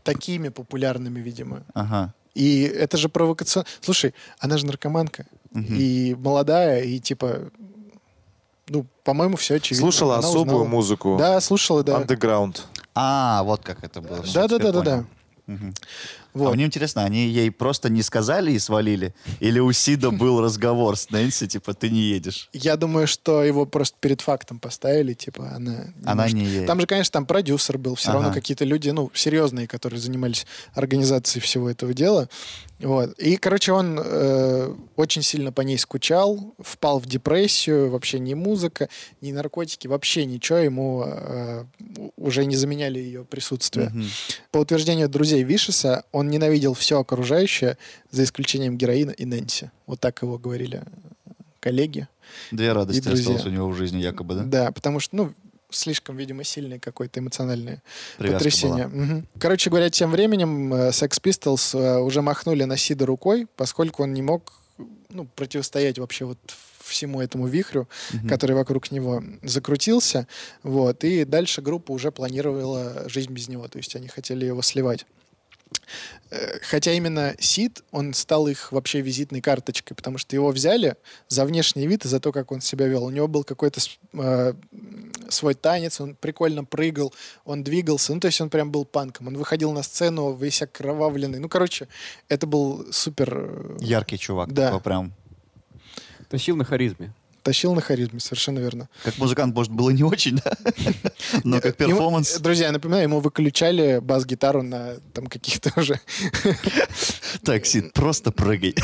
такими популярными, видимо. Ага. И это же провокационно. Слушай, она же наркоманка. И молодая, и типа... Ну, по-моему, все очевидно. Слушала Она особую узнала. музыку. Да, слушала, да. Андеграунд. Вот как это было. Да. А мне интересно, они ей просто не сказали и свалили? Или у Сида был разговор с Нэнси, типа, ты не едешь? Я думаю, что его просто перед фактом поставили, типа, она Она может. не едет. Там же, конечно, там продюсер был, все равно Ага. какие-то люди, ну, серьезные, которые занимались организацией всего этого дела. Вот. И, короче, он очень сильно по ней скучал, впал в депрессию, вообще ни музыка, ни наркотики, вообще ничего ему уже не заменяли ее присутствие. Мгм. По утверждению друзей Вишеса, он ненавидел все окружающее, за исключением героина и Нэнси. Вот так его говорили коллеги. Две радости И друзья. осталось у него в жизни, якобы, да? Да, потому что, ну, слишком, видимо, сильное какое-то эмоциональное Привязка потрясение. Мгм. Короче говоря, тем временем Sex Pistols уже махнули на Сида рукой, поскольку он не мог, ну, противостоять вообще вот всему этому вихрю, который вокруг него закрутился. Вот. И дальше группа уже планировала жизнь без него. То есть они хотели его сливать. Хотя именно Сид, он стал их вообще визитной карточкой, потому что его взяли за внешний вид и за то, как он себя вел. У него был какой-то свой танец, он прикольно прыгал, он двигался. Ну, то есть он прям был панком. Он выходил на сцену весь окровавленный. Ну, короче, это был супер... Яркий чувак. Да. Такой прям. Тащил на харизме. Тащил на харизме, совершенно верно. Как музыкант, может, было не очень, да? Но как Ему- перформанс. друзья, я напоминаю, ему выключали бас-гитару на там каких-то уже... Так, Сид, просто прыгай.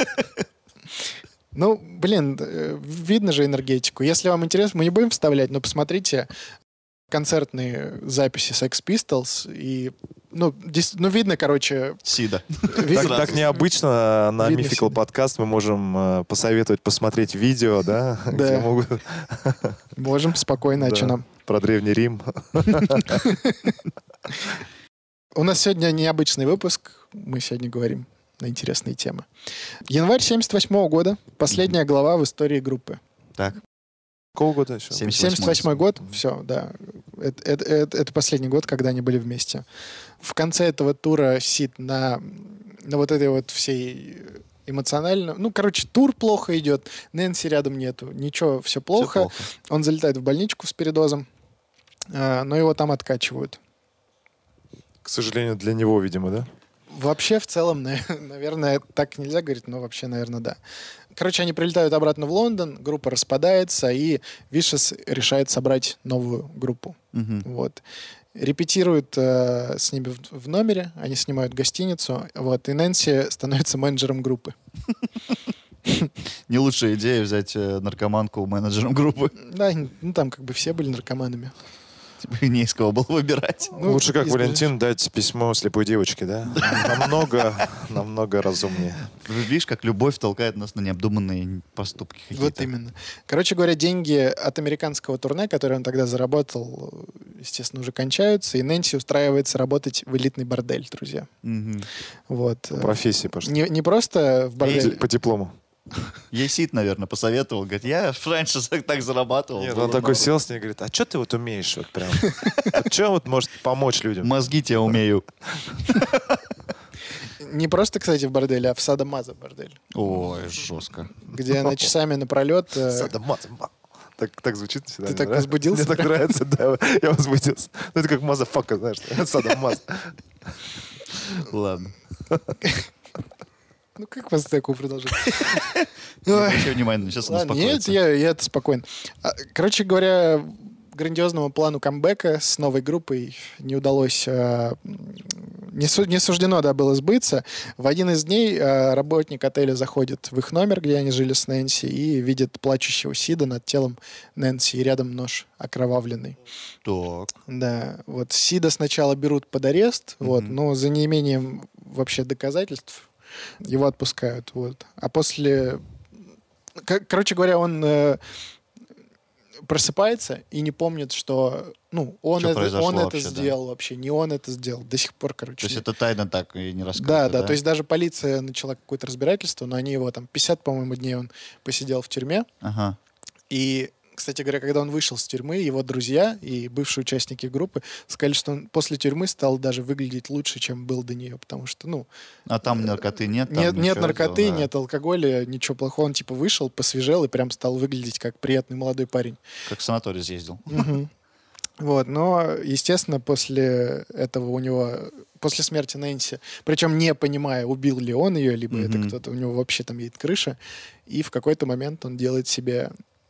Ну, блин, видно же энергетику. Если вам интересно, мы не будем вставлять, но посмотрите концертные записи Sex Pistols. И, ну, видно, короче... Сида. видно- Так необычно на Видно Mythical всегда. Podcast мы можем посоветовать посмотреть видео, да? Где могут Можем спокойно, а Да. что нам? про Древний Рим. У нас сегодня необычный выпуск. Мы сегодня говорим на интересные темы. Январь 78 года. Последняя глава в истории группы. Так, Какого года еще? 78 год. Все, да. Это последний год, когда они были вместе. В конце этого тура Сид на вот этой вот всей эмоционально... Ну, короче, тур плохо идет. Нэнси рядом нету. Ничего, все плохо. Он залетает в больничку с передозом. Но его там откачивают. К сожалению, для него, видимо, да? Вообще, в целом, наверное, так нельзя говорить, но вообще, наверное, да. Короче, они прилетают обратно в Лондон, группа распадается, и Вишес решает собрать новую группу. Вот. Репетируют с ними в номере, они снимают гостиницу, вот, и Нэнси становится менеджером группы. Не лучшая идея взять наркоманку менеджером группы. Да, ну там как бы все были наркоманами. Типа не из кого было выбирать. Ну, Лучше, как из- Валентин, дать письмо слепой девочке, да? Намного разумнее. Видишь, как любовь толкает нас на необдуманные поступки какие-то. Вот именно. Короче говоря, деньги от американского турне, которые он тогда заработал, естественно, уже кончаются, и Нэнси устраивается работать в элитный бордель, друзья. Мгм. Вот. По профессии пошли. Не просто в бордель. По диплому. Ей Сид, наверное, посоветовал. Говорит, я раньше так зарабатывал. Нет, было он такой много. сел с ней и говорит, а что ты вот умеешь вот прям? Что вот может помочь людям? Мозги тебя умею. Не просто, кстати, в борделе, а в Садо-Мазо бордель. Ой, жестко. Где она часами напролет... Так звучит всегда. Ты мне так нравится. возбудился Мне так прям? нравится, да. Я возбудился. Ну, это как мазафака, знаешь. Садомаз. Ладно. Ну, как вас такое продолжить? Не обращай внимания, сейчас он Ладно, нет, успокоится. я это спокойно. Короче говоря, грандиозному плану камбэка с новой группой не удалось, не суждено, да, было сбыться. В один из дней работник отеля заходит в их номер, где они жили с Нэнси, и видит плачущего Сида над телом Нэнси, и рядом нож окровавленный. Так. Да, вот Сида сначала берут под арест, вот, но за неимением вообще доказательств его отпускают, вот. А после... Короче говоря, он просыпается и не помнит, что... Ну, он Что произошло это вообще, да. сделал вообще, не он это сделал. До сих пор, То короче. есть это тайна так и не Да, рассказывает, да, то есть даже полиция начала какое-то разбирательство, но они его там 50, по-моему, дней он посидел в тюрьме. Ага. И Кстати говоря, когда он вышел с тюрьмы, его друзья и бывшие участники группы сказали, что он после тюрьмы стал даже выглядеть лучше, чем был до нее, потому что, ну... А там наркоты нет? Там Нет ничего наркоты, этого, да. нет алкоголя, ничего плохого. Он типа вышел, посвежел и прям стал выглядеть как приятный молодой парень. Как в санаторий съездил. Мгм. Вот, но, естественно, после этого у него, после смерти Нэнси, причем не понимая, убил ли он ее, либо это Мгм. кто-то, у него вообще там едет крыша, и в какой-то момент он делает себе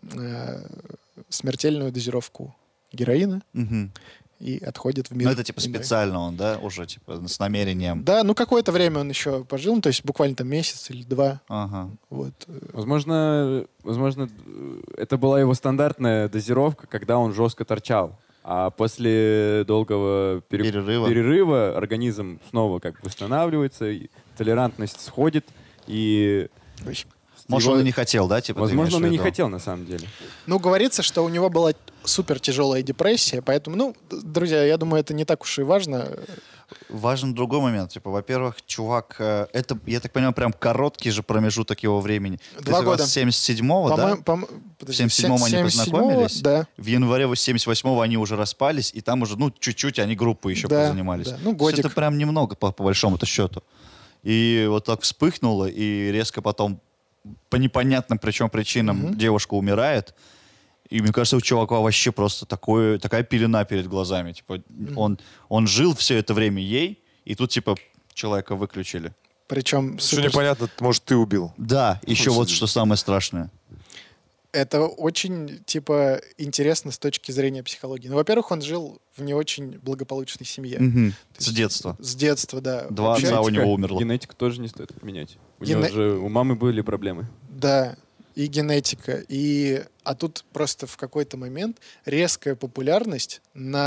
смертельную дозировку героина Мгм. и отходит в мир. Ну, это типа иной. специально он, да, уже типа с намерением. Да, ну какое-то время он еще пожил, ну, то есть буквально там месяц или два. Ага. Вот. Возможно, это была его стандартная дозировка, когда он жестко торчал. А после долгого перерыва организм снова как бы восстанавливается, и толерантность сходит, и... Ой. Может, его- он и не хотел, да? Типа, ты Возможно, имеешь он и в не виду? хотел на самом деле. Ну, говорится, что у него была супер тяжелая депрессия, поэтому, ну, друзья, я думаю, это не так уж и важно. Важен другой момент. Типа, во-первых, чувак, это, я так понимаю, прям короткий же промежуток его времени. 2 года. С 77-го, да? По-моему, В подожди, 77-м они 77-го, познакомились? Да. В январе 78-го они уже распались, и там уже, ну, чуть-чуть они группу еще Да, позанимались. да. Ну, То есть годик. это прям немного, по большому-то счету. И вот так вспыхнуло, и резко потом по непонятным причем причинам девушка умирает. И мне кажется, у чувака вообще просто такая пелена перед глазами. Типа, он жил все это время ей, и тут, типа, человека выключили. Причем Еще непонятно, может, ты убил. Да, еще вот сидит. что самое страшное. это очень, типа, интересно с точки зрения психологии. Ну, во-первых, он жил в не очень благополучной семье. Мгм. То С есть детства. С детства, да. Два Вообще, отца у него умерло. Генетику тоже не стоит отменять. Гене- У мамы были проблемы. Да, и генетика. А тут просто в какой-то момент резкая популярность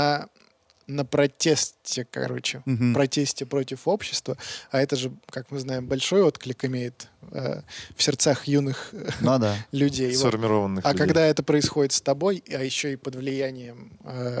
на протесте, короче. Мгм. Протесте против общества. А это же, как мы знаем, большой отклик имеет в сердцах юных Ну да. людей. Вот. Сформированных А людей. когда это происходит с тобой, а еще и под влиянием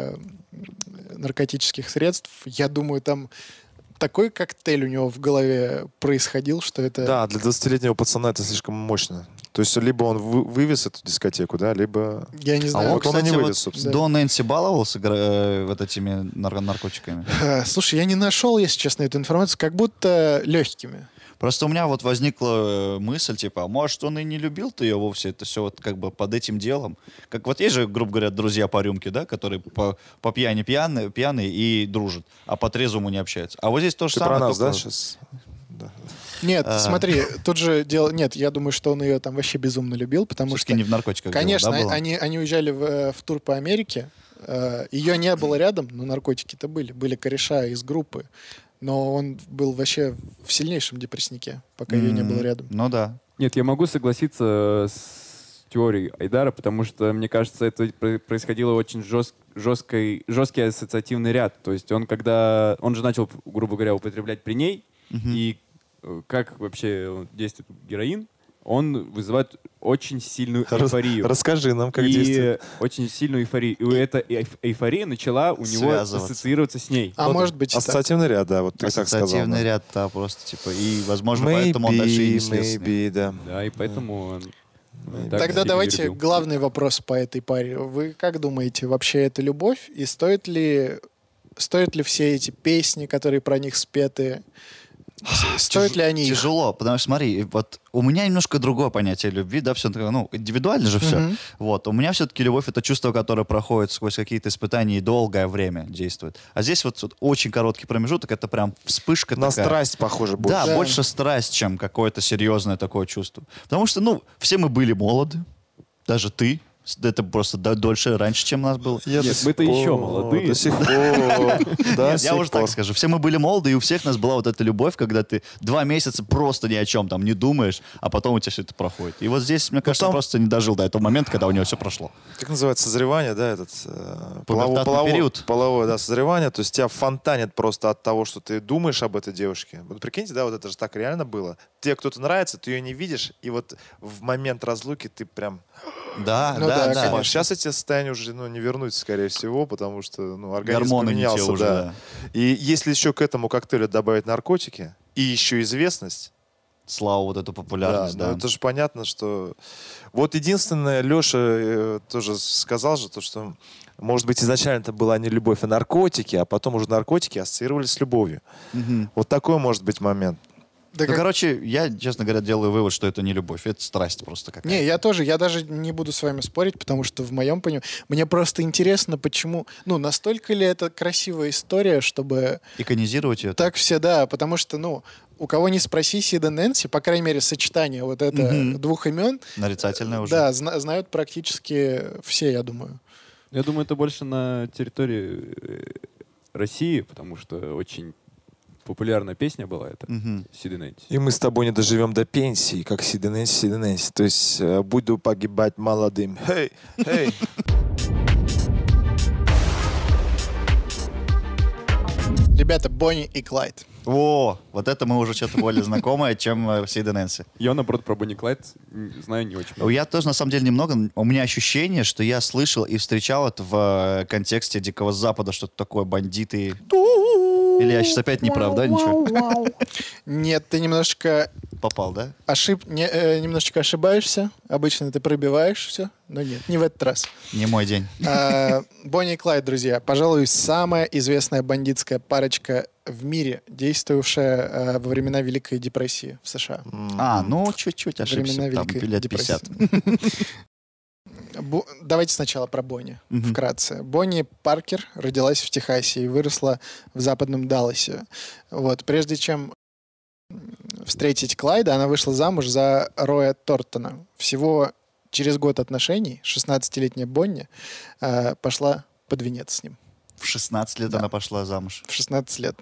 наркотических средств, я думаю, там такой коктейль у него в голове происходил, что это... Да, для 20-летнего пацана это слишком мощно. То есть либо он вывез эту дискотеку, да, либо... Я не А знаю. он, вот он и не кстати, вывез, вот собственно. до Нэнси баловался вот этими наркотиками. Слушай, я не нашел, если честно, эту информацию, как будто легкими. Просто у меня вот возникла мысль, типа, а может, он и не любил-то ее вовсе, это все вот как бы под этим делом. Как вот есть же, грубо говоря, друзья по рюмке, да, которые по пьяни пьяные и дружат, а по трезвому не общаются. А вот здесь то же Ты самое. про нас, да, только- сейчас? Да. Нет, смотри, тут же дело... Нет, я думаю, что он ее там вообще безумно любил, потому Всё-таки что... не в наркотиках дело, Конечно, да, было? они уезжали в тур по Америке. Ее не было рядом, но наркотики-то были. Были кореша из группы. Но он был вообще в сильнейшем депресснике, пока ее не было рядом. Ну да. Нет, я могу согласиться с теорией Айдара, потому что, мне кажется, это происходило очень жесткий ассоциативный ряд. То есть он же начал, грубо говоря, употреблять при ней, и как вообще действует героин, он вызывает очень сильную эйфорию. Расскажи нам, как И действует. очень сильную эйфорию. И эта эйфория начала у него Связываться. ассоциироваться с ней. А может быть и так. Ассоциативный ряд, да, вот ты так сказал. Ассоциативный да. ряд, да, просто типа. И, возможно, поэтому он дальше и не слез с ней. maybe, да. Да, и поэтому он так Тогда сильно давайте любил. главный вопрос по этой паре. Вы как думаете, вообще это любовь? И стоит ли все эти песни, которые про них спеты, стоят ли они их? Тяжело, потому что, смотри, вот у меня немножко другое понятие любви, да, все, ну, индивидуально же все. Мгм. Вот, у меня все-таки любовь — это чувство, которое проходит сквозь какие-то испытания и долгое время действует. А здесь вот очень короткий промежуток, это прям вспышка На такая. страсть похоже больше. Да, Да. больше страсть, чем какое-то серьезное такое чувство. Потому что, ну, все мы были молоды, даже ты. Это просто дольше, раньше, чем нас было. Я Нет, до сих мы-то еще пор, молодые. До сих пор. До Нет, я сих уже так пор. скажу. Все мы были молоды, и у всех нас была вот эта любовь, когда ты 2 месяца просто ни о чем там не думаешь, а потом у тебя все это проходит. И вот здесь, мне кажется, там- просто не дожил до этого момента, когда у него все прошло. Как называется созревание, да, этот Пубертатный период. половое, да, созревание, то есть тебя фонтанит просто от того, что ты думаешь об этой девушке. Вот прикиньте, да, вот это же так реально было. Тебе кто-то нравится, ты ее не видишь, и вот в момент разлуки ты прям... Да, Ну да, да, да. конечно. Сейчас эти состояния уже не вернутся, скорее всего, потому что организм Гормоны не те поменялся. уже, да. И если еще к этому коктейлю добавить наркотики и еще известность, славу, вот эту популярность, Да, да. ну это же понятно, что... Вот единственное, Леша тоже сказал же, то, что, может быть, изначально это была не любовь, а наркотики, а потом уже наркотики ассоциировались с любовью. Мгм. Вот такой может быть момент. Да Ну, как- короче, я, честно говоря, делаю вывод, что это не любовь, это страсть просто какая-то. Не, я тоже, я даже не буду с вами спорить, потому что в моем понимании, мне просто интересно, почему, ну, настолько ли это красивая история, чтобы Иконизировать ее. так все, да, потому что, ну, у кого не спроси Сид и Нэнси, по крайней мере, сочетание вот это Мгм. двух имен, Нарицательное уже. да, знают практически все, я думаю. Я думаю, это больше на территории России, потому что очень популярная песня была это. Мгм. Сид и Нэнси. И мы с тобой не доживем до пенсии, как Сид и Нэнси, Сид и Нэнси. То есть буду погибать молодым. Хей, хей. Ребята, Бонни и Клайд. О, вот это мы уже что-то более знакомое, чем Сид и Нэнси. Я, наоборот, про Бонни и Клайд знаю не очень много. Я тоже, на самом деле, немного... У меня ощущение, что я слышал и встречал это в контексте Дикого Запада, что-то такое, бандиты... Или я сейчас опять не прав, да, ничего? Нет, ты немножечко Попал, да? немножечко ошибаешься. Обычно ты пробиваешь все, но нет, не в этот раз. Не мой день. Бонни и Клайд, друзья, пожалуй, самая известная бандитская парочка в мире, действовавшая во времена Великой депрессии в США. Ну, чуть-чуть ошибся. Времена Там Великой лет депрессии. 50. Давайте сначала про Бонни, Мгм. вкратце. Бонни Паркер родилась в Техасе и выросла в западном Далласе. Вот. Прежде чем встретить Клайда, она вышла замуж за Роя Тортона. Всего через год отношений 16-летняя Бонни пошла под венец с ним. В 16 лет Да. она пошла замуж. В 16 лет.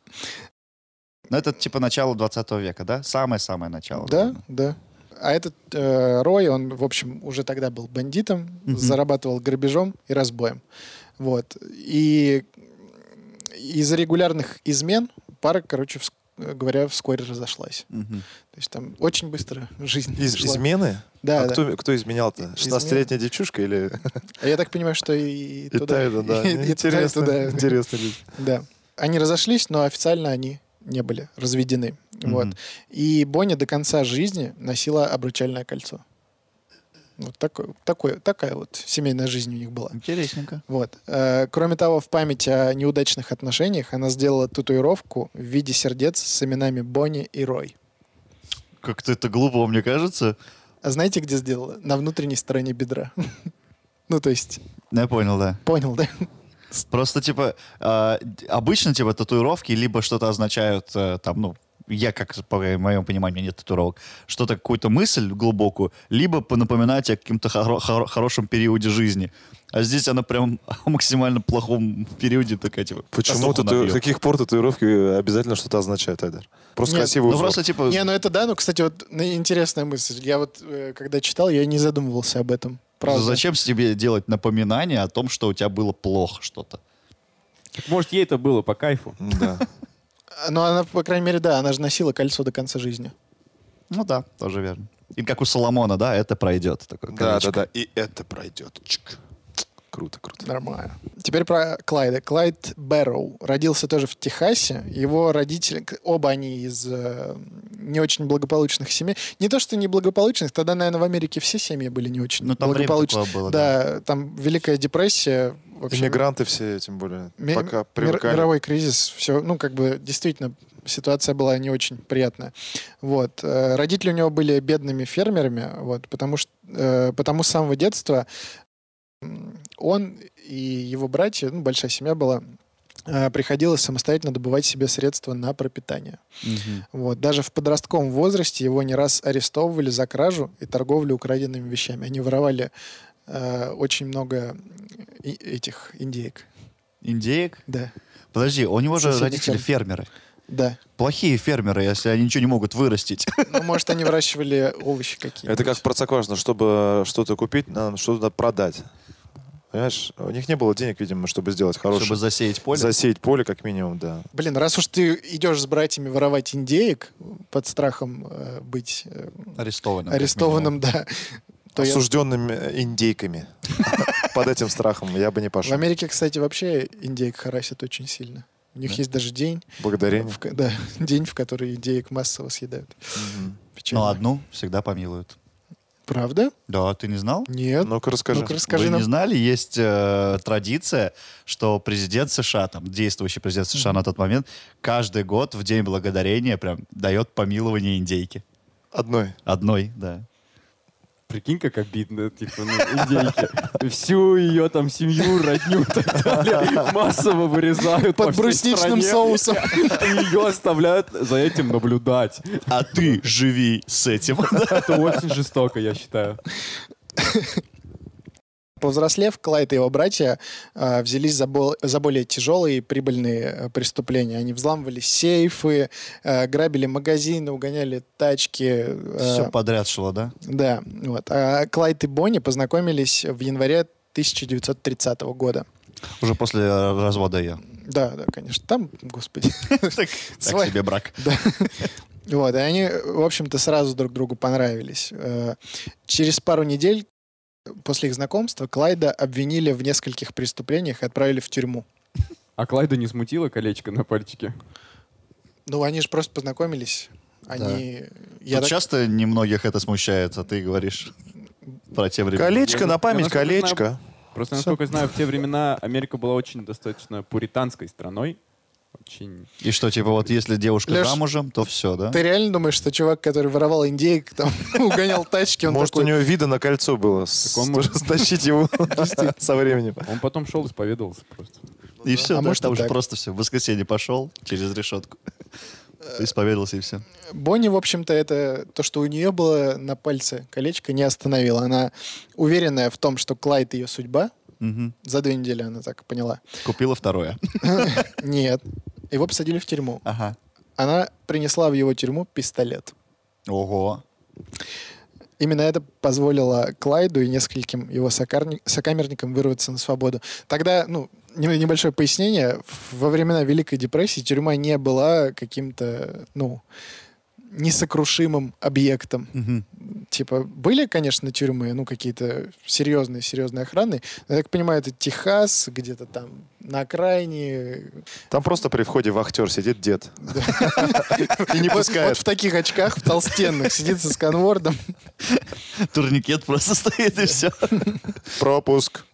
Ну, это типа начало 20 века, да? Самое-самое начало. Да, наверное. да. А этот Рой, он, в общем, уже тогда был бандитом, Мгм. зарабатывал грабежом и разбоем. Вот. И из-за регулярных измен пара, короче, говоря, вскоре разошлась. Мгм. То есть там очень быстро жизнь шла. Измены? Да, А да. кто изменял-то? 16-летняя девчушка или... А я так понимаю, что и И туда, та, и та, да. и туда, и Интересно, туда. интересно. Да. Они разошлись, но официально они не были разведены. Мгм. Вот. И Бонни до конца жизни носила обручальное кольцо. Вот такая вот семейная жизнь у них была. Интересненько. Вот. Кроме того, в память о неудачных отношениях она сделала татуировку в виде сердец с именами Бонни и Рой. Как-то это глупо, мне кажется. А знаете, где сделала? На внутренней стороне бедра. Ну, то есть, Я понял, да. понял, да? Просто, типа, обычно, типа, татуировки либо что-то означают, там, ну, я, как по моему пониманию, у меня нет татуировок, что-то, какую-то мысль глубокую, либо напоминать о каком-то хорошем периоде жизни. А здесь она прям о максимально плохом периоде такая, типа, Почему косуху набьет. с каких пор татуировки обязательно что-то означают, Айдар? Просто Нет, красивый Ну, узор. просто, типа, Не, ну это да, ну, кстати, вот интересная мысль. Я вот, когда читал, я не задумывался об этом. Правда. зачем тебе делать напоминание о том, что у тебя было плохо что-то? Так, может, ей это было по кайфу. Да. Ну, она, по крайней мере, да, она же носила кольцо до конца жизни. Ну да, тоже верно. И как у Соломона, да, это пройдет. Такое Да, колечко. да, да. И это пройдет. Чик. Круто, круто. Нормально. Теперь про Клайда. Клайд Бэрроу родился тоже в Техасе. Его родители, оба они из не очень благополучных семей. Не то, что неблагополучных, тогда, наверное, в Америке все семьи были не очень Ну, там время благополучные. такое было, Да, там Великая депрессия. Вообще, Иммигранты все, тем более, ми- пока привыкали. Мировой кризис, все, ну, как бы, действительно, ситуация была не очень приятная. Вот. Родители у него были бедными фермерами, вот, потому с самого детства он и его братья, ну, большая семья была, приходилось самостоятельно добывать себе средства на пропитание. Мгм. Вот. Даже в подростковом возрасте его не раз арестовывали за кражу и торговлю украденными вещами. Они воровали очень много этих индеек. Индеек? Да, Подожди, у него же Соседи родители фермеры. да. Плохие фермеры, если они ничего не могут вырастить. Ну, может, они выращивали овощи какие-то. Это как в Простоквашино, чтобы что-то купить, надо что-то продать. Понимаешь? У них не было денег, видимо, чтобы сделать хорошее. Чтобы засеять поле. Засеять поле, как минимум, да. Блин, раз уж ты идешь с братьями воровать индеек под страхом быть Арестованным. как арестованным, да, то я... Осужденными индейками. Под этим страхом я бы не В пошел. Америке, кстати, вообще индейк харасят очень сильно. У них есть даже день, Благодарение. да, день, в который индеек массово съедают. Печально. Но одну всегда помилуют. Правда? Да, ты не знал? Нет. Ну-ка расскажи. Ну-ка расскажи Вы нам. не знали, есть традиция, что президент США, там, действующий президент США на тот момент, каждый год в День Благодарения прям дает помилование индейки. Одной. Одной, да. Прикинь, как обидно, типа, ну, индейки. Всю ее там семью, родню и так далее массово вырезают по Под всей брусничным стране. соусом. И ее оставляют за этим наблюдать. А ты живи с этим. Это очень жестоко, я считаю. Повзрослев, Клайд и его братья взялись за более тяжелые и прибыльные преступления. Они взламывали сейфы, грабили магазины, угоняли тачки. Все подряд шло, да? Да, вот. А Клайд и Бонни познакомились в январе 1930 года. Уже после развода ее. Да, конечно. Там, господи. Так Свой- себе брак. Вот, и они, в общем-то, сразу друг другу понравились. Через пару недель после их знакомства Клайда обвинили в нескольких преступлениях и отправили в тюрьму. А Клайда не смутило колечко на пальчике? Ну, они же просто познакомились. Они... Я Тут так- часто немногих это смущает, а ты говоришь про те времена. Колечко на память, насколько знаю, колечко. Просто, насколько я знаю, в те времена Америка была очень достаточно пуританской страной. Очень... И что, типа, вот если девушка Леш, замужем, то все, да? Ты реально думаешь, что чувак, который воровал индейок, там, угонял тачки, он Может, у такой... него вида на кольцо было. он может- Стащить его со временем. Он потом шел, исповедовался просто. И все, А да, может, там и уже так. просто все. В воскресенье пошел через решетку. Исповедовался и все. Бонни, в общем-то, это то, что у нее было на пальце колечко, не остановило. Она уверенная в том, что Клайд ее судьба. За 2 недели она так поняла. Купила второе. Нет. Его посадили в тюрьму. Ага. Она принесла в его тюрьму пистолет. Ого. Именно это позволило Клайду и нескольким его сокамерникам вырваться на свободу. Тогда, ну, небольшое пояснение. Во времена Великой депрессии тюрьма не была каким-то, ну, несокрушимым объектом. Типа, были, конечно, тюрьмы, ну, какие-то серьезные охраны. Но, я так понимаю, это Техас, где-то там на окраине. Там просто при входе вахтер сидит дед. И не Вот пускает. в таких очках, в толстенных, сидит со сканвордом. Турникет просто стоит и все. Пропуск.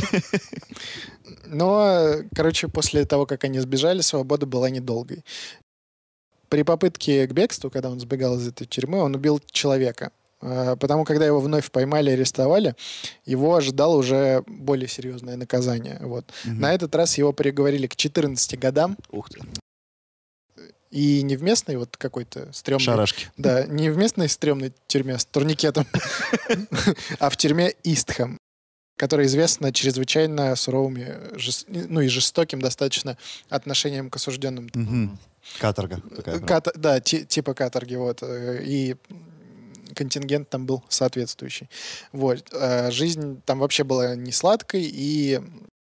Но, короче, после того, как они сбежали, свобода была недолгой. При попытке к бегству, когда он сбегал из этой тюрьмы, он убил человека. Потому, когда его вновь поймали и арестовали, его ожидало уже более серьезное наказание. Вот. На этот раз его приговорили к 14 годам. Ух ты. И не в местной вот какой-то стрёмной... Шарашки. Да, не в местной стрёмной тюрьме с турникетом, а в тюрьме Истхэм, которая известна чрезвычайно суровыми, ну и жестоким достаточно отношением к осужденным. Каторга такая. прям. Да, типа каторги, вот. И контингент там был соответствующий. Вот. Жизнь там вообще была не сладкой, и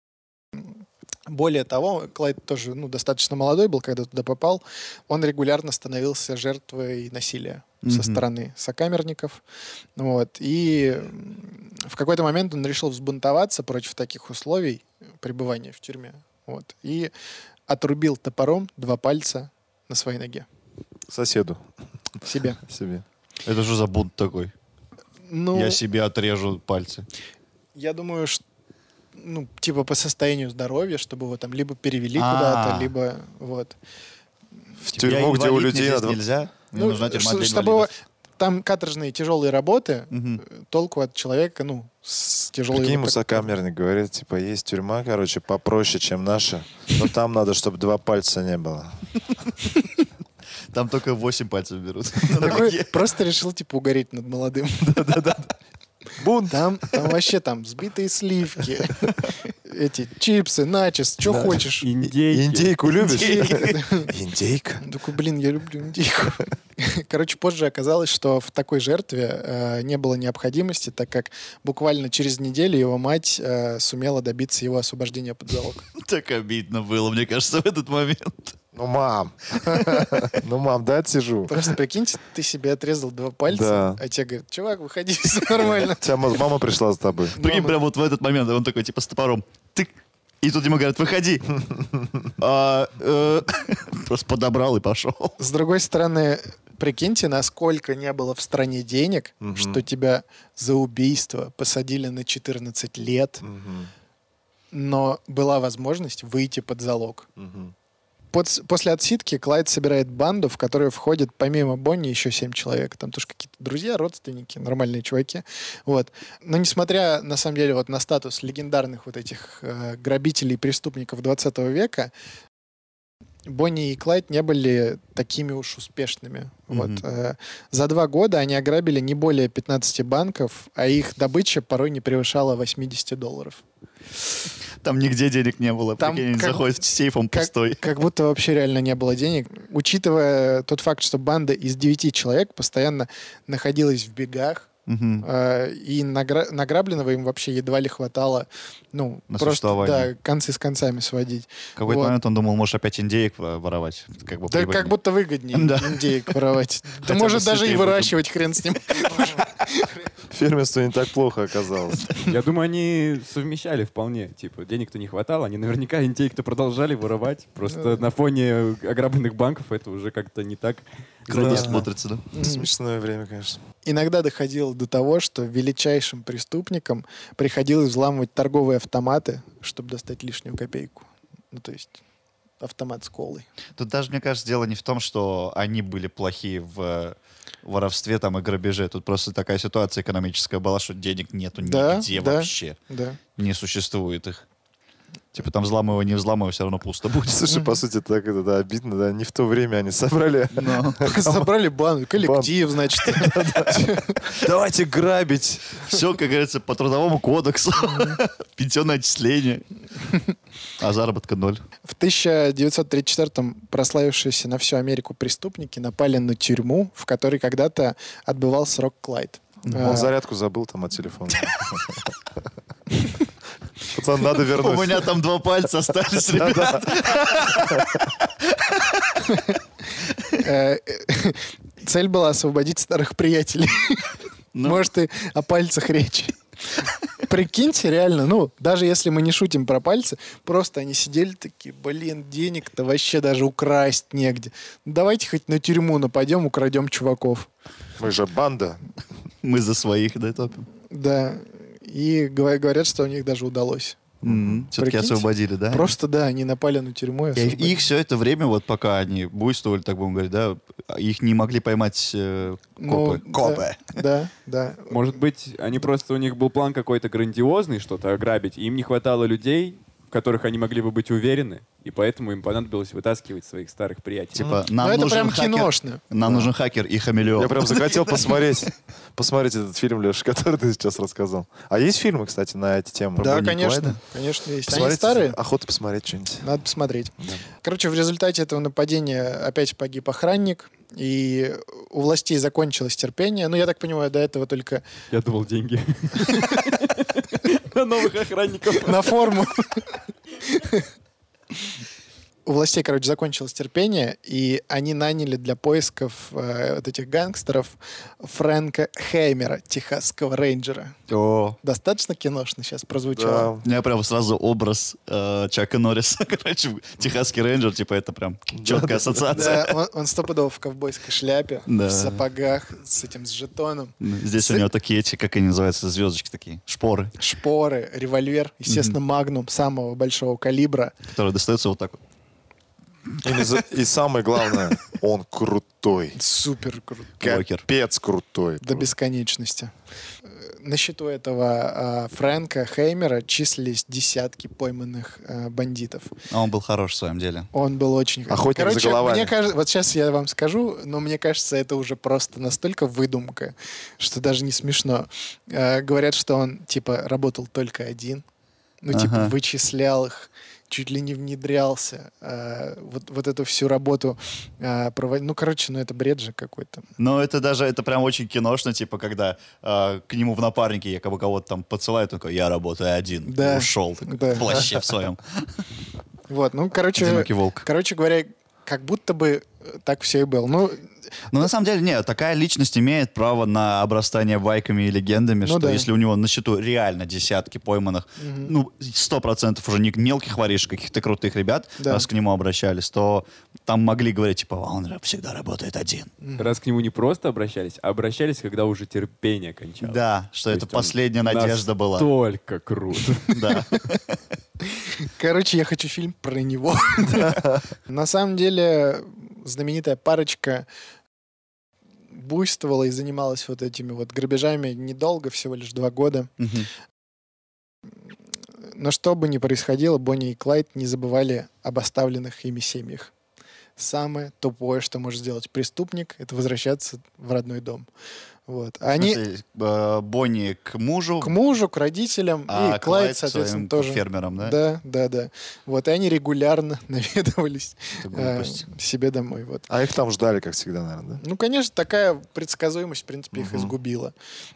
более того, Клайд тоже, ну, достаточно молодой был, когда туда попал. Он регулярно становился жертвой насилия со стороны сокамерников. Вот. И в какой-то момент он решил взбунтоваться против таких условий пребывания в тюрьме. Вот. И отрубил топором 2 пальца на своей ноге. Соседу. Себе. Себе. Это что за бунт такой? Ну, Я себе отрежу пальцы. я думаю, что, ну, типа по состоянию здоровья, чтобы его там либо перевели А. куда-то, либо вот. В Типа, я тюрьму, где у инвалид, людей мне здесь надо... нельзя. Мне Ну, нужна тюрьма для чтобы инвалидов. там каторжные тяжелые работы, Мгм. толку от человека, ну, с тяжелой... Прикинь, ему сокамерник говорит, типа, есть тюрьма, короче, попроще, чем наша, но там надо, чтобы 2 пальца не было. Там только 8 пальцев берут. Такой просто решил, типа, угореть над молодым. Бунт! Там вообще там сбитые сливки, эти чипсы, начос, что хочешь. Индейки. Индейку любишь? Индейка. Индейка? Такой, блин, я люблю индейку. Короче, позже оказалось, что в такой жертве не было необходимости, так как буквально через неделю его мать сумела добиться его освобождения под залог. Так обидно было, мне кажется, в этот момент. Ну, мам. Ну, мам, дай отсижу. Просто прикиньте, ты себе отрезал 2 пальца, Да. а тебе говорят, чувак, выходи, все нормально. У тебя мама пришла за тобой. Прикинь, прям вот в этот момент он такой, типа, с топором. Тык. И тут ему говорят, выходи. Просто подобрал и пошел. С другой стороны, прикиньте, насколько не было в стране денег, что тебя за убийство посадили на 14 лет, но была возможность выйти под залог. После отсидки Клайд собирает банду, в которую входит помимо Бонни еще 7 человек. Там тоже какие-то друзья, родственники, нормальные чуваки. Вот. Но несмотря, на самом деле, вот на статус легендарных вот этих грабителей и преступников 20 века, Бонни и Клайд не были такими уж успешными. Вот. За 2 года они ограбили не более 15 банков, а их добыча порой не превышала $80. Там нигде денег не было. Там Прикинь, они заходят с сейфом пустой. Как будто вообще реально не было денег. Учитывая тот факт, что банда из 9 человек постоянно находилась в бегах, и награбленного им вообще едва ли хватало, ну, На просто, существование. да, концы с концами сводить. В какой-то Вот. момент он думал, может, опять индеек воровать. Как бы Да, прибыльнее. как будто выгоднее Да. индеек воровать. Да Хотя бы может даже и сытые выращивать, хрен с ним. Фермерство не так плохо оказалось. Я думаю, они совмещали вполне. Типа, денег-то не хватало, они наверняка индейки-то продолжали воровать. Просто на фоне ограбленных банков это уже как-то не так Круто заметно. смотрится, да? Смешное время, конечно. Иногда доходило до того, что величайшим преступникам приходилось взламывать торговые автоматы, чтобы достать лишнюю копейку. Ну, то есть автомат с колой. Тут даже, мне кажется, дело не в том, что они были плохие в воровстве там, и грабеже. Тут просто такая ситуация экономическая была, что денег нету Да, нигде да. вообще. Да. Не существует их. Типа там взламывай, не взламывай, все равно пусто будет. Слушай, по сути, так это да, обидно, да, не в то время они собрали. Забрали банк, коллектив, значит. Давайте грабить. Все, как говорится, по трудовому кодексу. Пенсионное отчисление. А заработка 0. В 1934-м прославившиеся на всю Америку преступники напали на тюрьму, в которой когда-то отбывал срок Клайд. Он зарядку забыл там от телефона. Пацан, надо У вернуть. меня там 2 пальца остались, ребят. Цель была освободить старых приятелей. Может, и о пальцах речь. Прикиньте, реально, ну, даже если мы не шутим про пальцы, просто они сидели такие, блин, денег-то вообще даже украсть негде. Давайте хоть на тюрьму нападем, украдем чуваков. Мы же банда. Мы за своих, да, топим. Да. И говорят, что у них даже удалось. Все-таки Прикиньте. освободили, да? Просто, да, они напали на тюрьму и И освободили. их все это время, вот пока они буйствовали, так будем говорить, да, их не могли поймать Ну, копы. Да, да. Может быть, они просто, у них был план какой-то грандиозный, что-то ограбить, и им не хватало людей, в которых они могли бы быть уверены, и поэтому им понадобилось вытаскивать своих старых приятелей. Типа, Ну, нам это нужен прям хакер. киношно. Нам нужен хакер и хамелеон. Я прям захотел посмотреть этот фильм, Леша, который ты сейчас рассказал. А есть фильмы, кстати, на эти темы? Да, Бонни и конечно. Клайда? Конечно, есть. Они Посмотрите, старые? охота посмотреть что-нибудь. Надо посмотреть. Короче, в результате этого нападения опять погиб охранник, и у властей закончилось терпение. Ну, я так понимаю, до этого только Я думал, деньги. На новых охранников. на форму. У властей, короче, закончилось терпение, и они наняли для поисков вот этих гангстеров Фрэнка Хеймера, техасского рейнджера. О, Достаточно киношно сейчас прозвучало. у меня прям сразу образ Чака Норриса, короче, техасский рейнджер, типа это прям четкая ассоциация. Да, он стопудово в ковбойской шляпе, Да. в сапогах, с этим, с жетоном. Здесь у него такие эти, как они называются, звездочки такие, шпоры, Шпоры, револьвер, естественно, магнум самого большого калибра. которые достаются вот так вот. И самое главное, он крутой. Супер круто. Рокер. Капец крутой. До бесконечности. На счету этого Фрэнка Хеймера числились десятки пойманных бандитов. А он был хорош в своем деле. Он был очень... Охотник за головами. мне кажется, вот сейчас я вам скажу, но мне кажется, это уже просто настолько выдумка, что даже не смешно. Говорят, что он, типа, работал только один. Ну, типа, Ага. вычислял их, чуть ли не внедрялся. Вот эту всю работу проводил. Ну, короче, это бред же какой-то. Но это даже, это прям очень киношно, типа, когда к нему в напарнике якобы кого-то там подсылают, он такой, я работаю один. Да. И ушел такой, Да. в плаще в своем. Вот, ну, короче... Одинокий волк. Короче говоря, как будто бы так все и было. Ну, Но на самом деле, нет, такая личность имеет право на обрастание байками и легендами, Ну что да. если у него на счету реально десятки пойманных, ну, 100% уже не мелких воришек, каких-то крутых ребят, Да. раз к нему обращались, то там могли говорить, типа, он всегда работает один. Раз к нему не просто обращались, а обращались, когда уже терпение кончалось. Да, что То это есть он последняя надежда была. Настолько круто. Да. короче, я хочу фильм про него. На самом деле, знаменитая парочка буйствовала и занималась вот этими вот грабежами недолго, всего лишь 2 года. Мгм. Но что бы ни происходило, Бонни и Клайд не забывали об оставленных ими семьях. Самое тупое, что может сделать преступник, это возвращаться в родной дом. Вот. В Они смысле, Бонни к мужу, к мужу, к родителям, а и Клайд, к соответственно, своим тоже. фермерам, да? Да, да, да. Вот, и они регулярно наведывались Это глупость. себе домой. Вот. А их там ждали, как всегда, наверное, да? Ну, конечно, такая предсказуемость, в принципе, их Мгм. изгубила.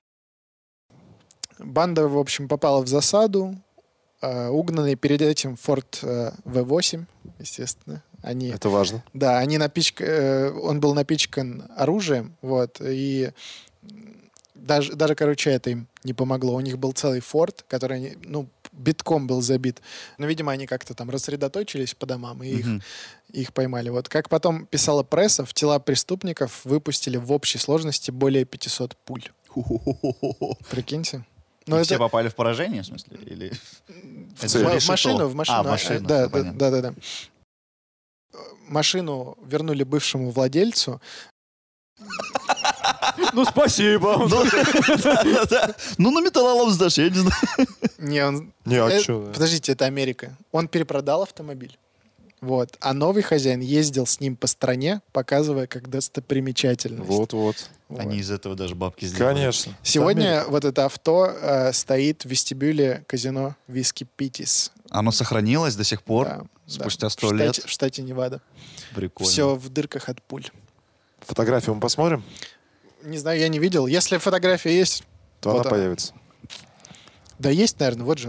Банда, в общем, попала в засаду. Угнанный перед этим Форд В8, естественно. Они, Это важно. да, он был напичкан оружием, вот, и даже, короче, это им не помогло. У них был целый форт, который, ну, битком был забит. Но, видимо, они как-то там рассредоточились по домам, и Мгм. их поймали. Вот. Как потом писала пресса, в тела преступников выпустили в общей сложности более 500 пуль. Прикиньте. И все попали в поражение, в смысле? Или... Это цель. же В решето. машину, в машину. А, в машину, Да, всё да, понятно. да, да, да. Машину вернули бывшему владельцу. Ну, спасибо. Да-да-да. Ну, на металлолом сдашь, я не знаю. Не, он... Не, а Э, чё? Подождите, это Америка. Он перепродал автомобиль. Вот. А новый хозяин ездил с ним по стране, показывая как достопримечательность. Вот-вот. Вот. Они из этого даже бабки сделали. Конечно. Сегодня вот это авто стоит в вестибюле казино Виски Питис. Оно сохранилось до сих пор, Да, спустя да, 100 в лет. В штате Невада. Прикольно. Все в дырках от пуль. Фотографию мы посмотрим, Не знаю, я не видел. Если фотография есть, то вот она появится. да есть, наверное, вот же.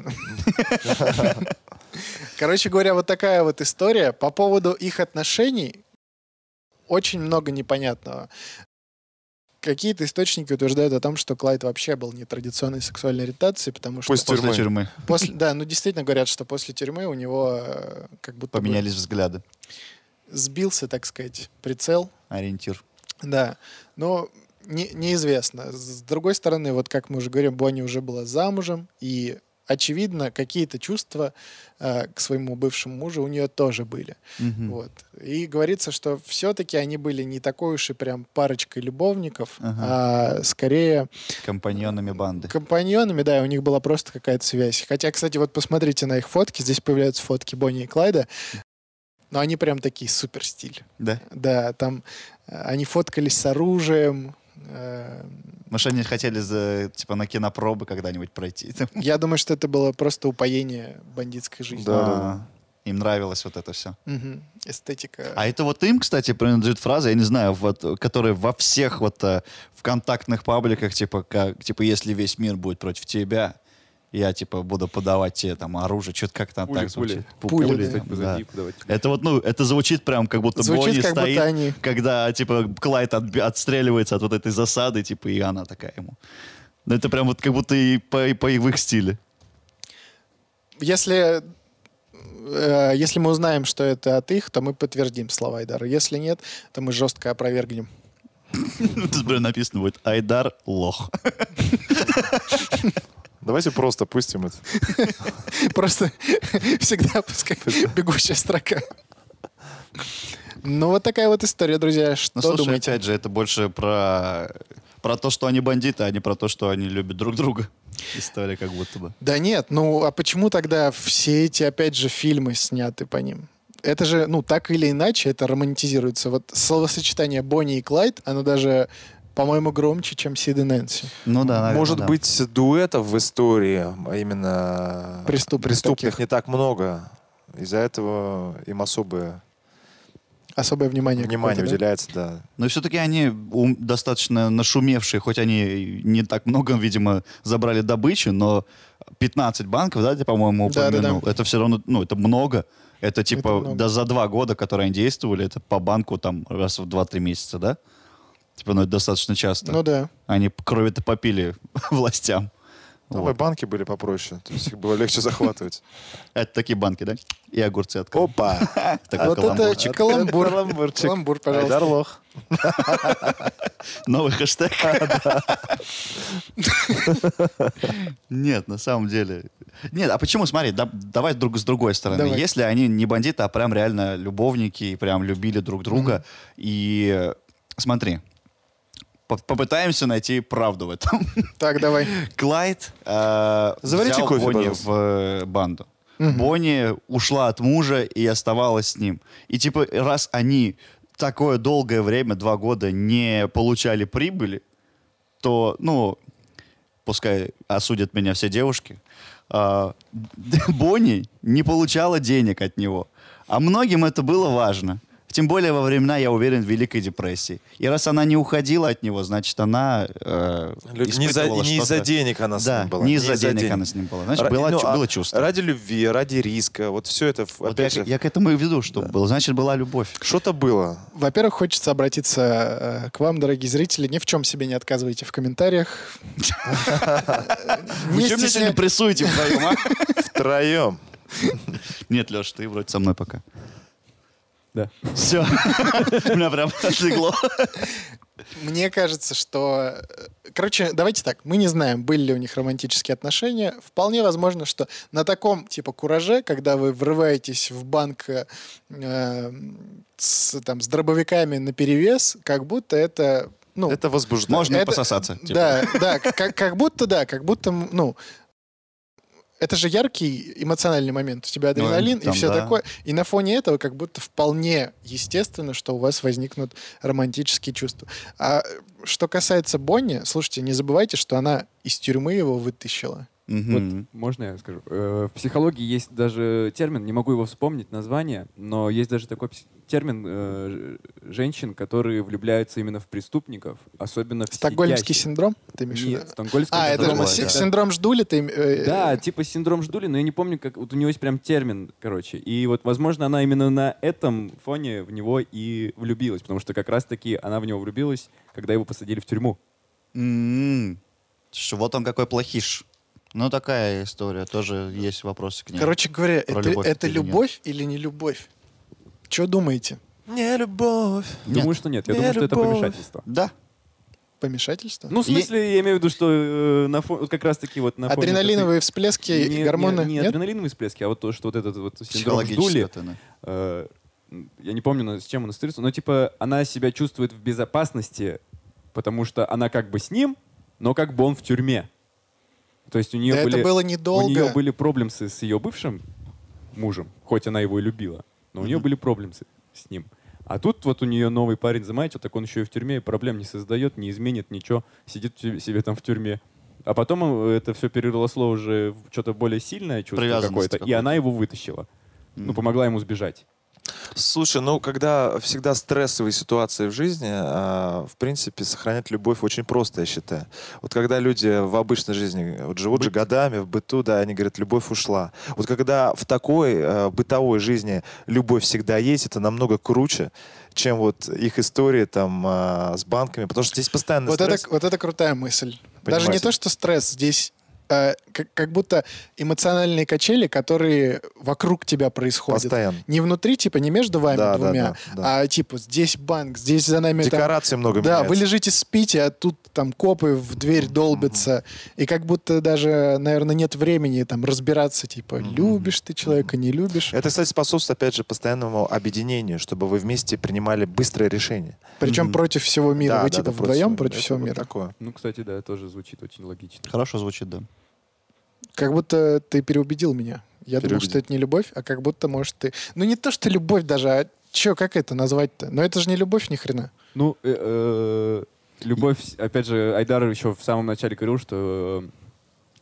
Короче говоря, вот такая вот история. По поводу их отношений очень много непонятного. Какие-то источники утверждают о том, что Клайд вообще был нетрадиционной сексуальной ориентации, потому что... Пусть После тюрьмы. тюрьмы Да, ну действительно говорят, что после тюрьмы у него как будто бы поменялись взгляды, сбился, так сказать, прицел. ориентир. Да, но неизвестно. С другой стороны, вот как мы уже говорим, Бонни уже была замужем, и, очевидно, какие-то чувства к своему бывшему мужу у нее тоже были. Мгм. Вот. И говорится, что все-таки они были не такой уж и прям парочкой любовников, а скорее Компаньонами банды. компаньонами, да, и у них была просто какая-то связь. Хотя, кстати, вот посмотрите на их фотки, здесь появляются фотки Бонни и Клайда, но они прям такие супер стиль. Да? Да, там они фоткались с оружием. Может, они хотели типа на кинопробы когда-нибудь пройти. там? Я думаю, что это было просто упоение бандитской жизни. Да. А, Им нравилось вот это все. Мгм. Эстетика. А это вот им, кстати, принадлежит фраза, я не знаю, вот, которая во всех вот вконтактных пабликах, типа, типа, если весь мир будет против тебя, я, типа, буду подавать тебе там оружие, что-то как там Пули, так звучит. Пули, Пули, да. Кстати, позади да. подавать. Это вот, ну, это звучит прям, как будто Звучит, Бонни как стоит, будто они... когда, типа, Клайд отстреливается от вот этой засады, типа, и она такая ему. Ну, это прям вот как будто и по их стиле. Если мы узнаем, что это от их, то мы подтвердим слова Айдара. Если нет, то мы жестко опровергнем. Тут прям написано будет «Айдар лох». Давайте просто пустим это. Просто всегда пускай бегущая строка. Ну, вот такая вот история, друзья. Что Ну, слушай, думаете? опять же, это больше про то, что они бандиты, а не про то, что они любят друг друга. История как будто бы. Да нет, ну а почему тогда все эти, опять же, фильмы сняты по ним? Это же, ну, так или иначе, это романтизируется. Вот словосочетание Бонни и Клайд, оно даже, по-моему, громче, чем Сид и Нэнси. Ну да, наверное, Может да. быть, дуэтов в истории, а именно Преступных преступных таких. не так много. Из-за этого им особое Особое внимание. Внимание какое-то, да? уделяется, да. Но все-таки они достаточно нашумевшие, хоть они не так много, видимо, забрали добычи, но 15 банков, да, ты, по-моему, Да-да-да. упомянул, это все равно, ну, это много. Это типа много. да, за 2 года, которые они действовали, это по банку там раз в 2-3 месяца, да? Типа, ну, это достаточно часто. Ну да. Они крови-то попили властям. Там Вот. и банки были попроще, то есть их было легче захватывать. Это такие банки, да? И огурцы от Опа! Такой Вот каламбурчик. это каламбур. Каламбурчик. Каламбур, пожалуйста. Айдар лох. Новый хэштег. Нет, на самом деле. Нет, а почему, смотри, давай с другой стороны. Давай. Если они не бандиты, а прям реально любовники, и прям любили друг друга, и смотри, попытаемся найти правду в этом. Так, давай. Клайд Заварите взял кофе, Бонни пожалуйста. в банду. Бонни ушла от мужа и оставалась с ним. И типа, раз они такое долгое время, 2 года, не получали прибыли, то, ну, пускай осудят меня все девушки, Бонни не получала денег от него. А многим это было важно. Тем более во времена, я уверен, Великой депрессии. И раз она не уходила от него, значит, она Не из-за денег она с Да, ним была. не из-за денег она с ним была. Значит, было чувство. Ради любви, ради риска. Вот все это, Вот опять же, я к этому и веду, что было. Значит, была любовь. что-то было. Во-первых, хочется обратиться к вам, дорогие зрители. Ни в чем себе не отказывайте в комментариях. Вы Не чем мне сегодня стесня- прессуете вдвоем, а? Втроем. Нет, Леш, ты вроде со мной пока. Да. Все. Меня прям отлегло. Мне кажется, что... Короче, давайте так. Мы не знаем, были ли у них романтические отношения. Вполне возможно, что на таком типа кураже, когда вы врываетесь в банк с дробовиками наперевес, как будто это... Ну, Это возбуждает. Можно это- пососаться. типа. Да, как будто, ну, это же яркий эмоциональный момент. У тебя адреналин и там, все да. такое. И на фоне этого как будто вполне естественно, что у вас возникнут романтические чувства. А что касается Бонни, слушайте, не забывайте, что она из тюрьмы его вытащила. Мгм. Вот, можно я скажу? В психологии есть даже термин, не могу его вспомнить, название, но есть даже такой термин женщин, которые влюбляются именно в преступников, особенно в Стокгольмский сидящих. синдром? Ты имеешь в виду? Нет, стокгольмский А, это синдром, же да. синдром Ждули? Да, типа синдром Ждули, но я не помню, как вот у него есть прям термин, короче. И вот, возможно, она именно на этом фоне в него и влюбилась, потому что как раз-таки она в него влюбилась, когда его посадили в тюрьму. Что, вот он какой плохиш. Ну, такая история. Тоже есть вопросы к ней. Короче говоря, Про это любовь это или нет? любовь или не любовь? Что думаете? Не любовь. Думаю, что нет. Я Не думаю, что это любовь. помешательство. Да. Помешательство? Ну, в смысле, я имею в виду, что на вот как раз-таки вот на фоне Адреналиновые всплески этой- и гормоны? Не нет? адреналиновые всплески, а вот то, что вот этот вот синдром Психологически Ждули, это, да. я не помню, с чем он ассоциируется, но типа она себя чувствует в безопасности, потому что она как бы с ним, но как бы он в тюрьме. То есть у нее Да были... это было У нее недолго. были проблемсы с ее бывшим мужем, хоть она его и любила, но у нее были проблемсы с ним. А тут вот у нее новый парень замачил, так он еще и в тюрьме, и проблем не создает, не изменит ничего, сидит себе там в тюрьме. А потом это все переросло уже в что-то более сильное чувство Привязанность какое-то, и какую-то. она его вытащила. Ну, помогла ему сбежать. Слушай, ну, когда всегда стрессовые ситуации в жизни, в принципе, сохранять любовь очень просто, я считаю. Вот когда люди в обычной жизни вот живут же годами в быту, да, они говорят, любовь ушла. Вот когда в такой бытовой жизни любовь всегда есть, это намного круче, чем вот их истории там с банками, потому что здесь постоянно Вот стресс. это крутая мысль. Даже не Понимаете? то, что стресс, здесь как будто эмоциональные качели, которые вокруг тебя происходят. Постоянно. Не внутри, типа, не между вами Да, да, двумя, да. а типа здесь банк, здесь за нами там... Декорации много Да, меняется. вы лежите, спите, а тут там копы в дверь долбятся. И как будто даже, наверное, нет времени там разбираться, типа, любишь ты человека, не любишь. Это, кстати, способствует, опять же, постоянному объединению, чтобы вы вместе принимали быстрое решение. Причем против всего мира. Да, Вы да, типа да, вдвоем против Это всего вот мира. такое. Ну, кстати, да, тоже звучит очень логично. Хорошо звучит, да. Как будто ты переубедил меня. Я думал, Переубедил. что это не любовь, а как будто, может, ты... Ну, не то, что любовь даже, а чё, как это назвать-то? Но это же не любовь ни хрена. Ну, любовь, опять же, Айдар еще в самом начале говорил, что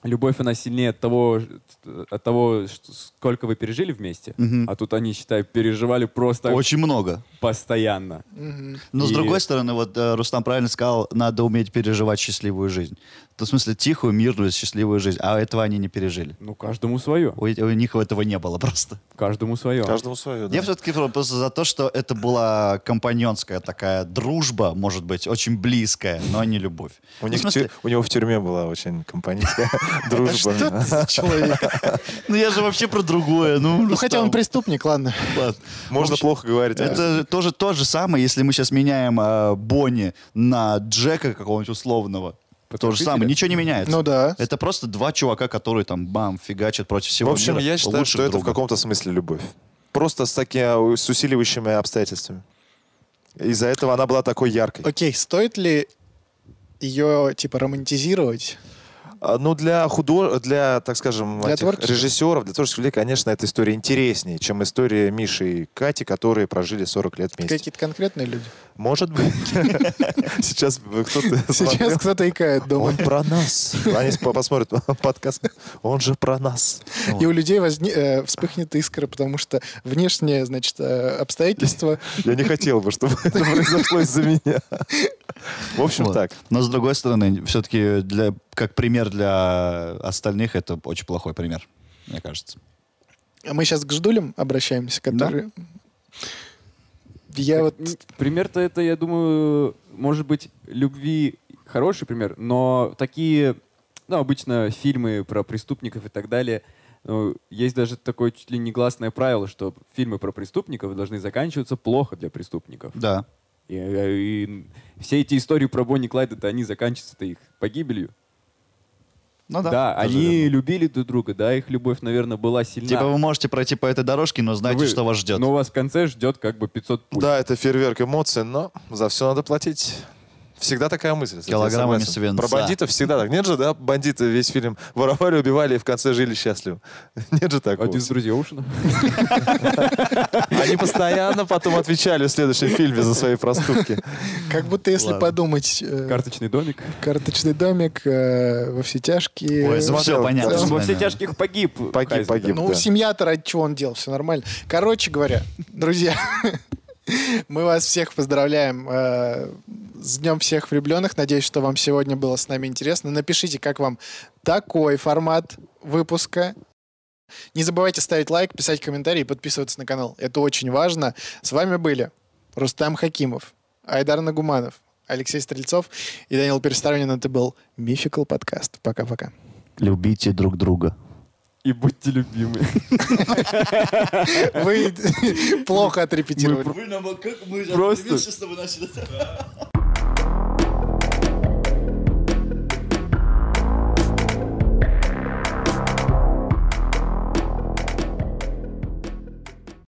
любовь, она сильнее от того, сколько вы пережили вместе. Мгм. А тут они, считай, переживали просто Очень много. постоянно. Но с И- другой стороны, вот Рустам правильно сказал, надо уметь переживать счастливую жизнь. В смысле, тихую, мирную, счастливую жизнь. А этого они не пережили. Ну, каждому свое. У них этого не было просто. Каждому свое. Каждому свое, да. Я все-таки просто за то, что это была компаньонская такая дружба, может быть, очень близкая, но не любовь. У, Ну, них в смысле, у него в тюрьме была очень компанейская дружба. Что ты за человек? ну я же вообще про другое. Ну, хотя он преступник, ладно. Можно плохо говорить. Это тоже то же самое, если мы сейчас меняем Бонни на Джека какого-нибудь условного. То же самое, ничего не меняется. Ну да. Это просто два чувака, которые там бам, фигачат против всего В общем, мира. я считаю, лучших что это в друга. каком-то смысле любовь. Просто с усиливающими обстоятельствами. Из-за этого она была такой яркой. Окей, стоит ли ее, типа, романтизировать? Ну, для, так скажем, Для этих творчества? режиссеров, для творческих людей, конечно, эта история интереснее, чем история Миши и Кати, которые прожили 40 лет вместе. Какие-то конкретные люди? Может быть. Сейчас кто-то Сейчас смотрел. кто-то икает дома. Он про нас. Они посмотрят подкаст. Он же про нас. И у людей вспыхнет искра, потому что внешние, значит, обстоятельства... Я не хотел бы, чтобы это произошло из-за меня. В общем, Вот. так. Но с другой стороны, все-таки как пример для остальных, это очень плохой пример, мне кажется. Мы сейчас к ждулям обращаемся, которые... Я вот... Пример-то это, я думаю, может быть, любви хороший пример, но такие, ну, обычно фильмы про преступников и так далее, ну, есть даже такое чуть ли не гласное правило, что фильмы про преступников должны заканчиваться плохо для преступников. Да. И все эти истории про Бонни и Клайда, они заканчиваются-то их погибелью. Ну Да, да. тоже они верно. любили друг друга, да, их любовь, наверное, была сильна. Типа вы можете пройти по этой дорожке, но знайте, Вы- что вас ждет. Но вас в конце ждет как бы 500 пуль. Да, это фейерверк эмоций, но за все надо платить. Всегда такая мысль. кстати, я Килограммами согласен. свинца. Про бандитов всегда так. Нет же, да, бандиты весь фильм воровали, убивали и в конце жили счастливо. Нет же такого. Один из друзей Оушена. Они постоянно потом отвечали в следующем фильме за свои проступки. Как будто если Ладно. подумать, Карточный домик. карточный домик, во все тяжкие... Ой, смотрел, все понятно. да. Во все наверное. тяжких погиб. Хайзенберг. Погиб. Ну, да. семья-то ради чего он делал, все нормально. Короче говоря, друзья, мы вас всех поздравляем с Днем всех влюбленных. Надеюсь, что вам сегодня было с нами интересно. Напишите, как вам такой формат выпуска. Не забывайте ставить лайк, писать комментарии и подписываться на канал. Это очень важно. С вами были Рустам Хакимов, Айдар Нагуманов, Алексей Стрельцов и Данил Пересторонин. Это был Mythical подкаст. Пока-пока. Любите друг друга. И будьте любимы. Вы плохо отрепетировали. Вы нам как мы Просто- с тобой начали.